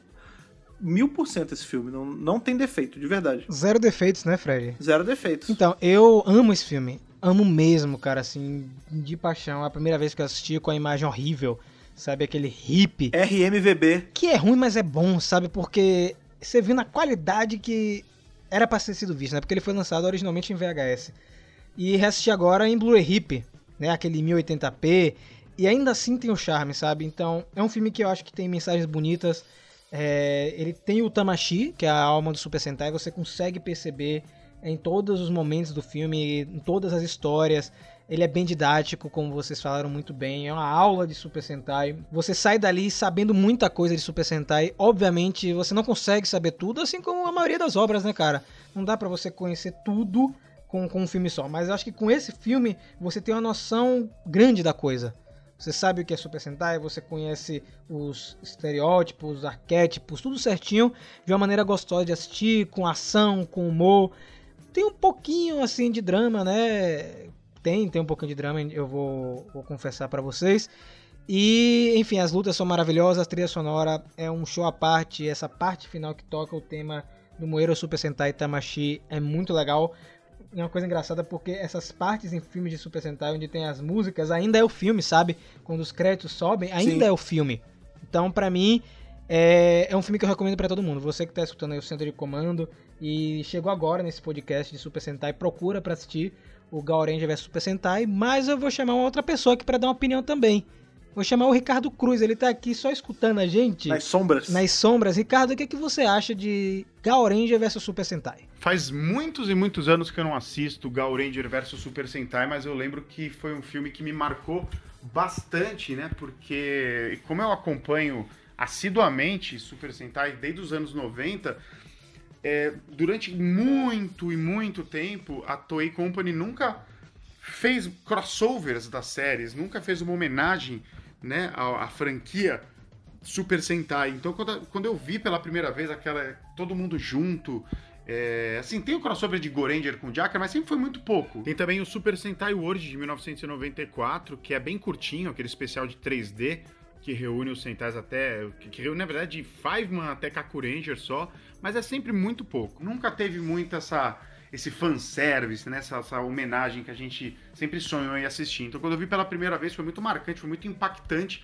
1000% esse filme, não tem defeito, de verdade. Zero defeitos, né, Fred? Zero defeitos. Então, eu amo esse filme. Amo mesmo, cara, assim, de paixão. A primeira vez que eu assisti com a imagem horrível, sabe? Aquele hippie. RMVB. Que é ruim, mas é bom, sabe? Porque você viu na qualidade que era pra ter sido visto, né? Porque ele foi lançado originalmente em VHS. E reassisti agora em Blu-ray Hip, né? Aquele 1080p. E ainda assim tem o charme, sabe? Então, é um filme que eu acho que tem mensagens bonitas. Ele tem o Tamashii, que é a alma do Super Sentai. Você consegue perceber em todos os momentos do filme, em todas as histórias. Ele é bem didático, como vocês falaram muito bem. É uma aula de Super Sentai. Você sai dali sabendo muita coisa de Super Sentai. Obviamente, você não consegue saber tudo, assim como a maioria das obras, né, cara? Não dá pra você conhecer tudo com um filme só. Mas eu acho que com esse filme, você tem uma noção grande da coisa. Você sabe o que é Super Sentai, você conhece os estereótipos, os arquétipos, tudo certinho, de uma maneira gostosa de assistir, com ação, com humor. Tem um pouquinho, assim, de drama, né? Tem um pouquinho de drama, eu vou confessar pra vocês. E, enfim, as lutas são maravilhosas, a trilha sonora é um show à parte. Essa parte final que toca o tema do Moero Super Sentai Tamashii é muito legal. É uma coisa engraçada porque essas partes em filmes de Super Sentai onde tem as músicas, ainda é o filme, sabe? Quando os créditos sobem, ainda é o filme. Então, pra mim, é um filme que eu recomendo pra todo mundo. Você que tá escutando aí o Centro de Comando e chegou agora nesse podcast de Super Sentai, procura pra assistir o Gaoranger vs Super Sentai, mas eu vou chamar uma outra pessoa aqui pra dar uma opinião também. Vou chamar o Ricardo Cruz, ele tá aqui só escutando a gente. Nas sombras. Nas sombras. Ricardo, o que você acha de Gaoranger vs Super Sentai? Faz muitos e muitos anos que eu não assisto Gaoranger vs Super Sentai, mas eu lembro que foi um filme que me marcou bastante, né? Porque como eu acompanho assiduamente Super Sentai desde os anos 90, durante muito e muito tempo a Toei Company nunca fez crossovers das séries, nunca fez uma homenagem, né, à franquia Super Sentai. Então quando eu vi pela primeira vez todo mundo junto, assim, tem o crossover de Goranger com Jacker, mas sempre foi muito pouco. Tem também o Super Sentai World de 1994, que é bem curtinho, aquele especial de 3D, que reúne os Sentais que reúne, na verdade, de Fiveman até Kakuranger só, mas é sempre muito pouco. Nunca teve muito esse fanservice, né? Essa homenagem que a gente sempre sonhou em assistir. Então, quando eu vi pela primeira vez, foi muito marcante, foi muito impactante.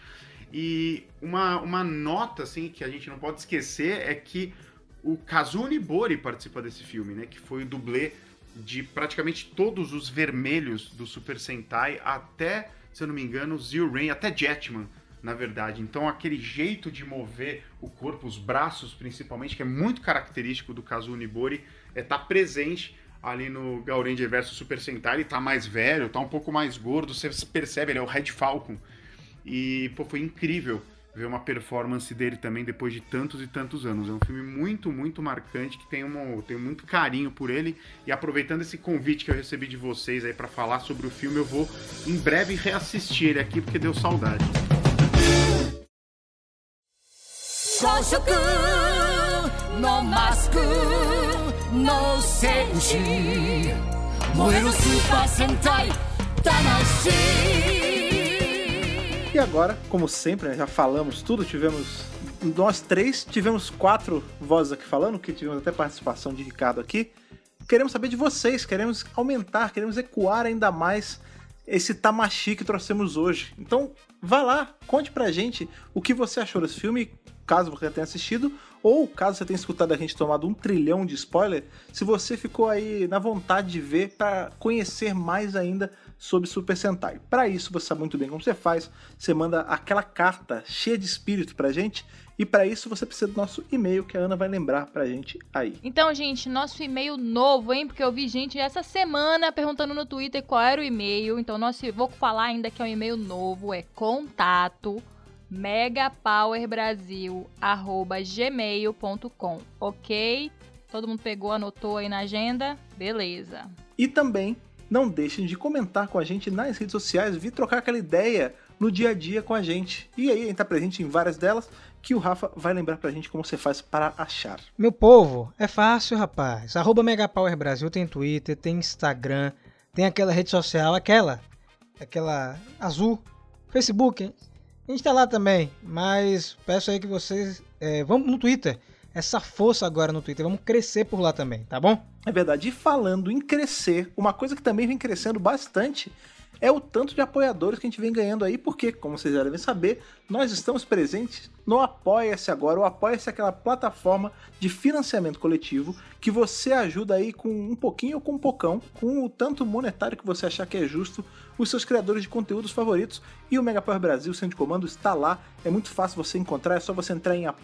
E uma nota, assim, que a gente não pode esquecer é que o Kazuo Nibori participa desse filme, né? Que foi o dublê de praticamente todos os vermelhos do Super Sentai, até, se eu não me engano, Zio Rain, até Jetman, na verdade. Então, aquele jeito de mover o corpo, os braços principalmente, que é muito característico do Kazuo Nibori, tá presente ali no Gaoranger vs Super Sentai. Ele tá mais velho, tá um pouco mais gordo, você percebe, ele é o Red Falcon. E, pô, foi incrível ver uma performance dele também depois de tantos e tantos anos. É um filme muito, muito marcante, que tenho muito carinho por ele. E aproveitando esse convite que eu recebi de vocês aí para falar sobre o filme, eu vou em breve reassistir ele aqui, porque deu saudade. E agora, como sempre, né, já falamos tudo, nós três tivemos 4 vozes aqui falando, que tivemos até participação de Ricardo aqui. Queremos saber de vocês, queremos aumentar, queremos ecoar ainda mais esse tamashi que trouxemos hoje. Então, vá lá, conte pra gente o que você achou desse filme, caso você tenha assistido, ou caso você tenha escutado a gente tomado 1 trilhão de spoiler, se você ficou aí na vontade de ver para conhecer mais ainda sobre Super Sentai. Para isso, você sabe muito bem como você faz, você manda aquela carta cheia de espírito pra gente, e para isso você precisa do nosso e-mail, que a Ana vai lembrar pra gente aí. Então, gente, nosso e-mail novo, hein? Porque eu vi gente essa semana perguntando no Twitter qual era o e-mail. Então, vou falar ainda que é um e-mail novo, é contato megapowerbrasil@gmail.com, ok? Todo mundo pegou, anotou aí na agenda? Beleza. E também não deixem de comentar com a gente nas redes sociais, vir trocar aquela ideia no dia a dia com a gente. E aí, a gente tá presente em várias delas, que o Rafa vai lembrar pra gente como você faz para achar. Meu povo, é fácil, rapaz. @megapowerbrasil tem Twitter, tem Instagram, tem aquela rede social, aquela azul, Facebook, hein? A gente tá lá também, mas peço aí que vocês vamos no Twitter. Essa força agora no Twitter, vamos crescer por lá também, tá bom? É verdade, e falando em crescer, uma coisa que também vem crescendo bastante é o tanto de apoiadores que a gente vem ganhando aí, porque, como vocês já devem saber, nós estamos presentes no Apoia-se agora. O Apoia-se é aquela plataforma de financiamento coletivo que você ajuda aí com um pouquinho ou com um pocão, com o tanto monetário que você achar que é justo, os seus criadores de conteúdos favoritos. E o Mega Power Brasil, o centro de comando, está lá. É muito fácil você encontrar, é só você entrar em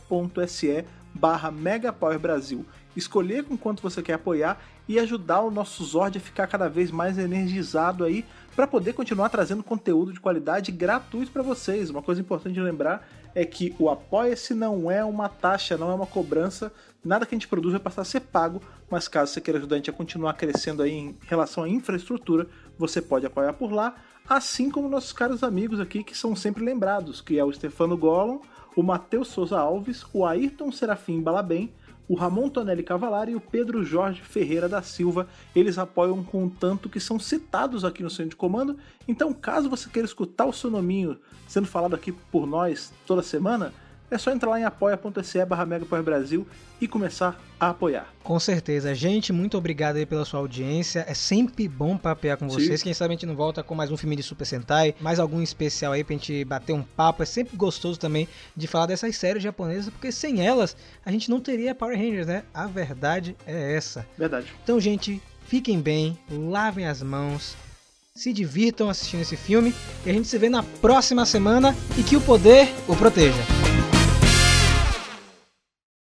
apoia.se/megapowerbrasil, escolher com quanto você quer apoiar e ajudar o nosso Zord a ficar cada vez mais energizado aí, para poder continuar trazendo conteúdo de qualidade gratuito para vocês. Uma coisa importante de lembrar é que o Apoia-se não é uma taxa, não é uma cobrança, nada que a gente produz vai passar a ser pago, mas caso você queira ajudar a gente a continuar crescendo aí em relação à infraestrutura, você pode apoiar por lá, assim como nossos caros amigos aqui que são sempre lembrados, que é o Stefano Gollum, o Matheus Souza Alves, o Ayrton Serafim Balabem, o Ramon Tonelli Cavalari e o Pedro Jorge Ferreira da Silva. Eles apoiam com o tanto que são citados aqui no centro de comando. Então, caso você queira escutar o seu nominho sendo falado aqui por nós toda semana, é só entrar lá em apoia.se/megapowerbrasil e começar a apoiar. Com certeza. Gente, muito obrigado aí pela sua audiência. É sempre bom papear com vocês. Sim. Quem sabe a gente não volta com mais um filme de Super Sentai, mais algum especial aí pra gente bater um papo. É sempre gostoso também de falar dessas séries japonesas, porque sem elas a gente não teria Power Rangers, né? A verdade é essa. Verdade. Então, gente, fiquem bem, lavem as mãos, se divirtam assistindo esse filme e a gente se vê na próxima semana e que o poder o proteja.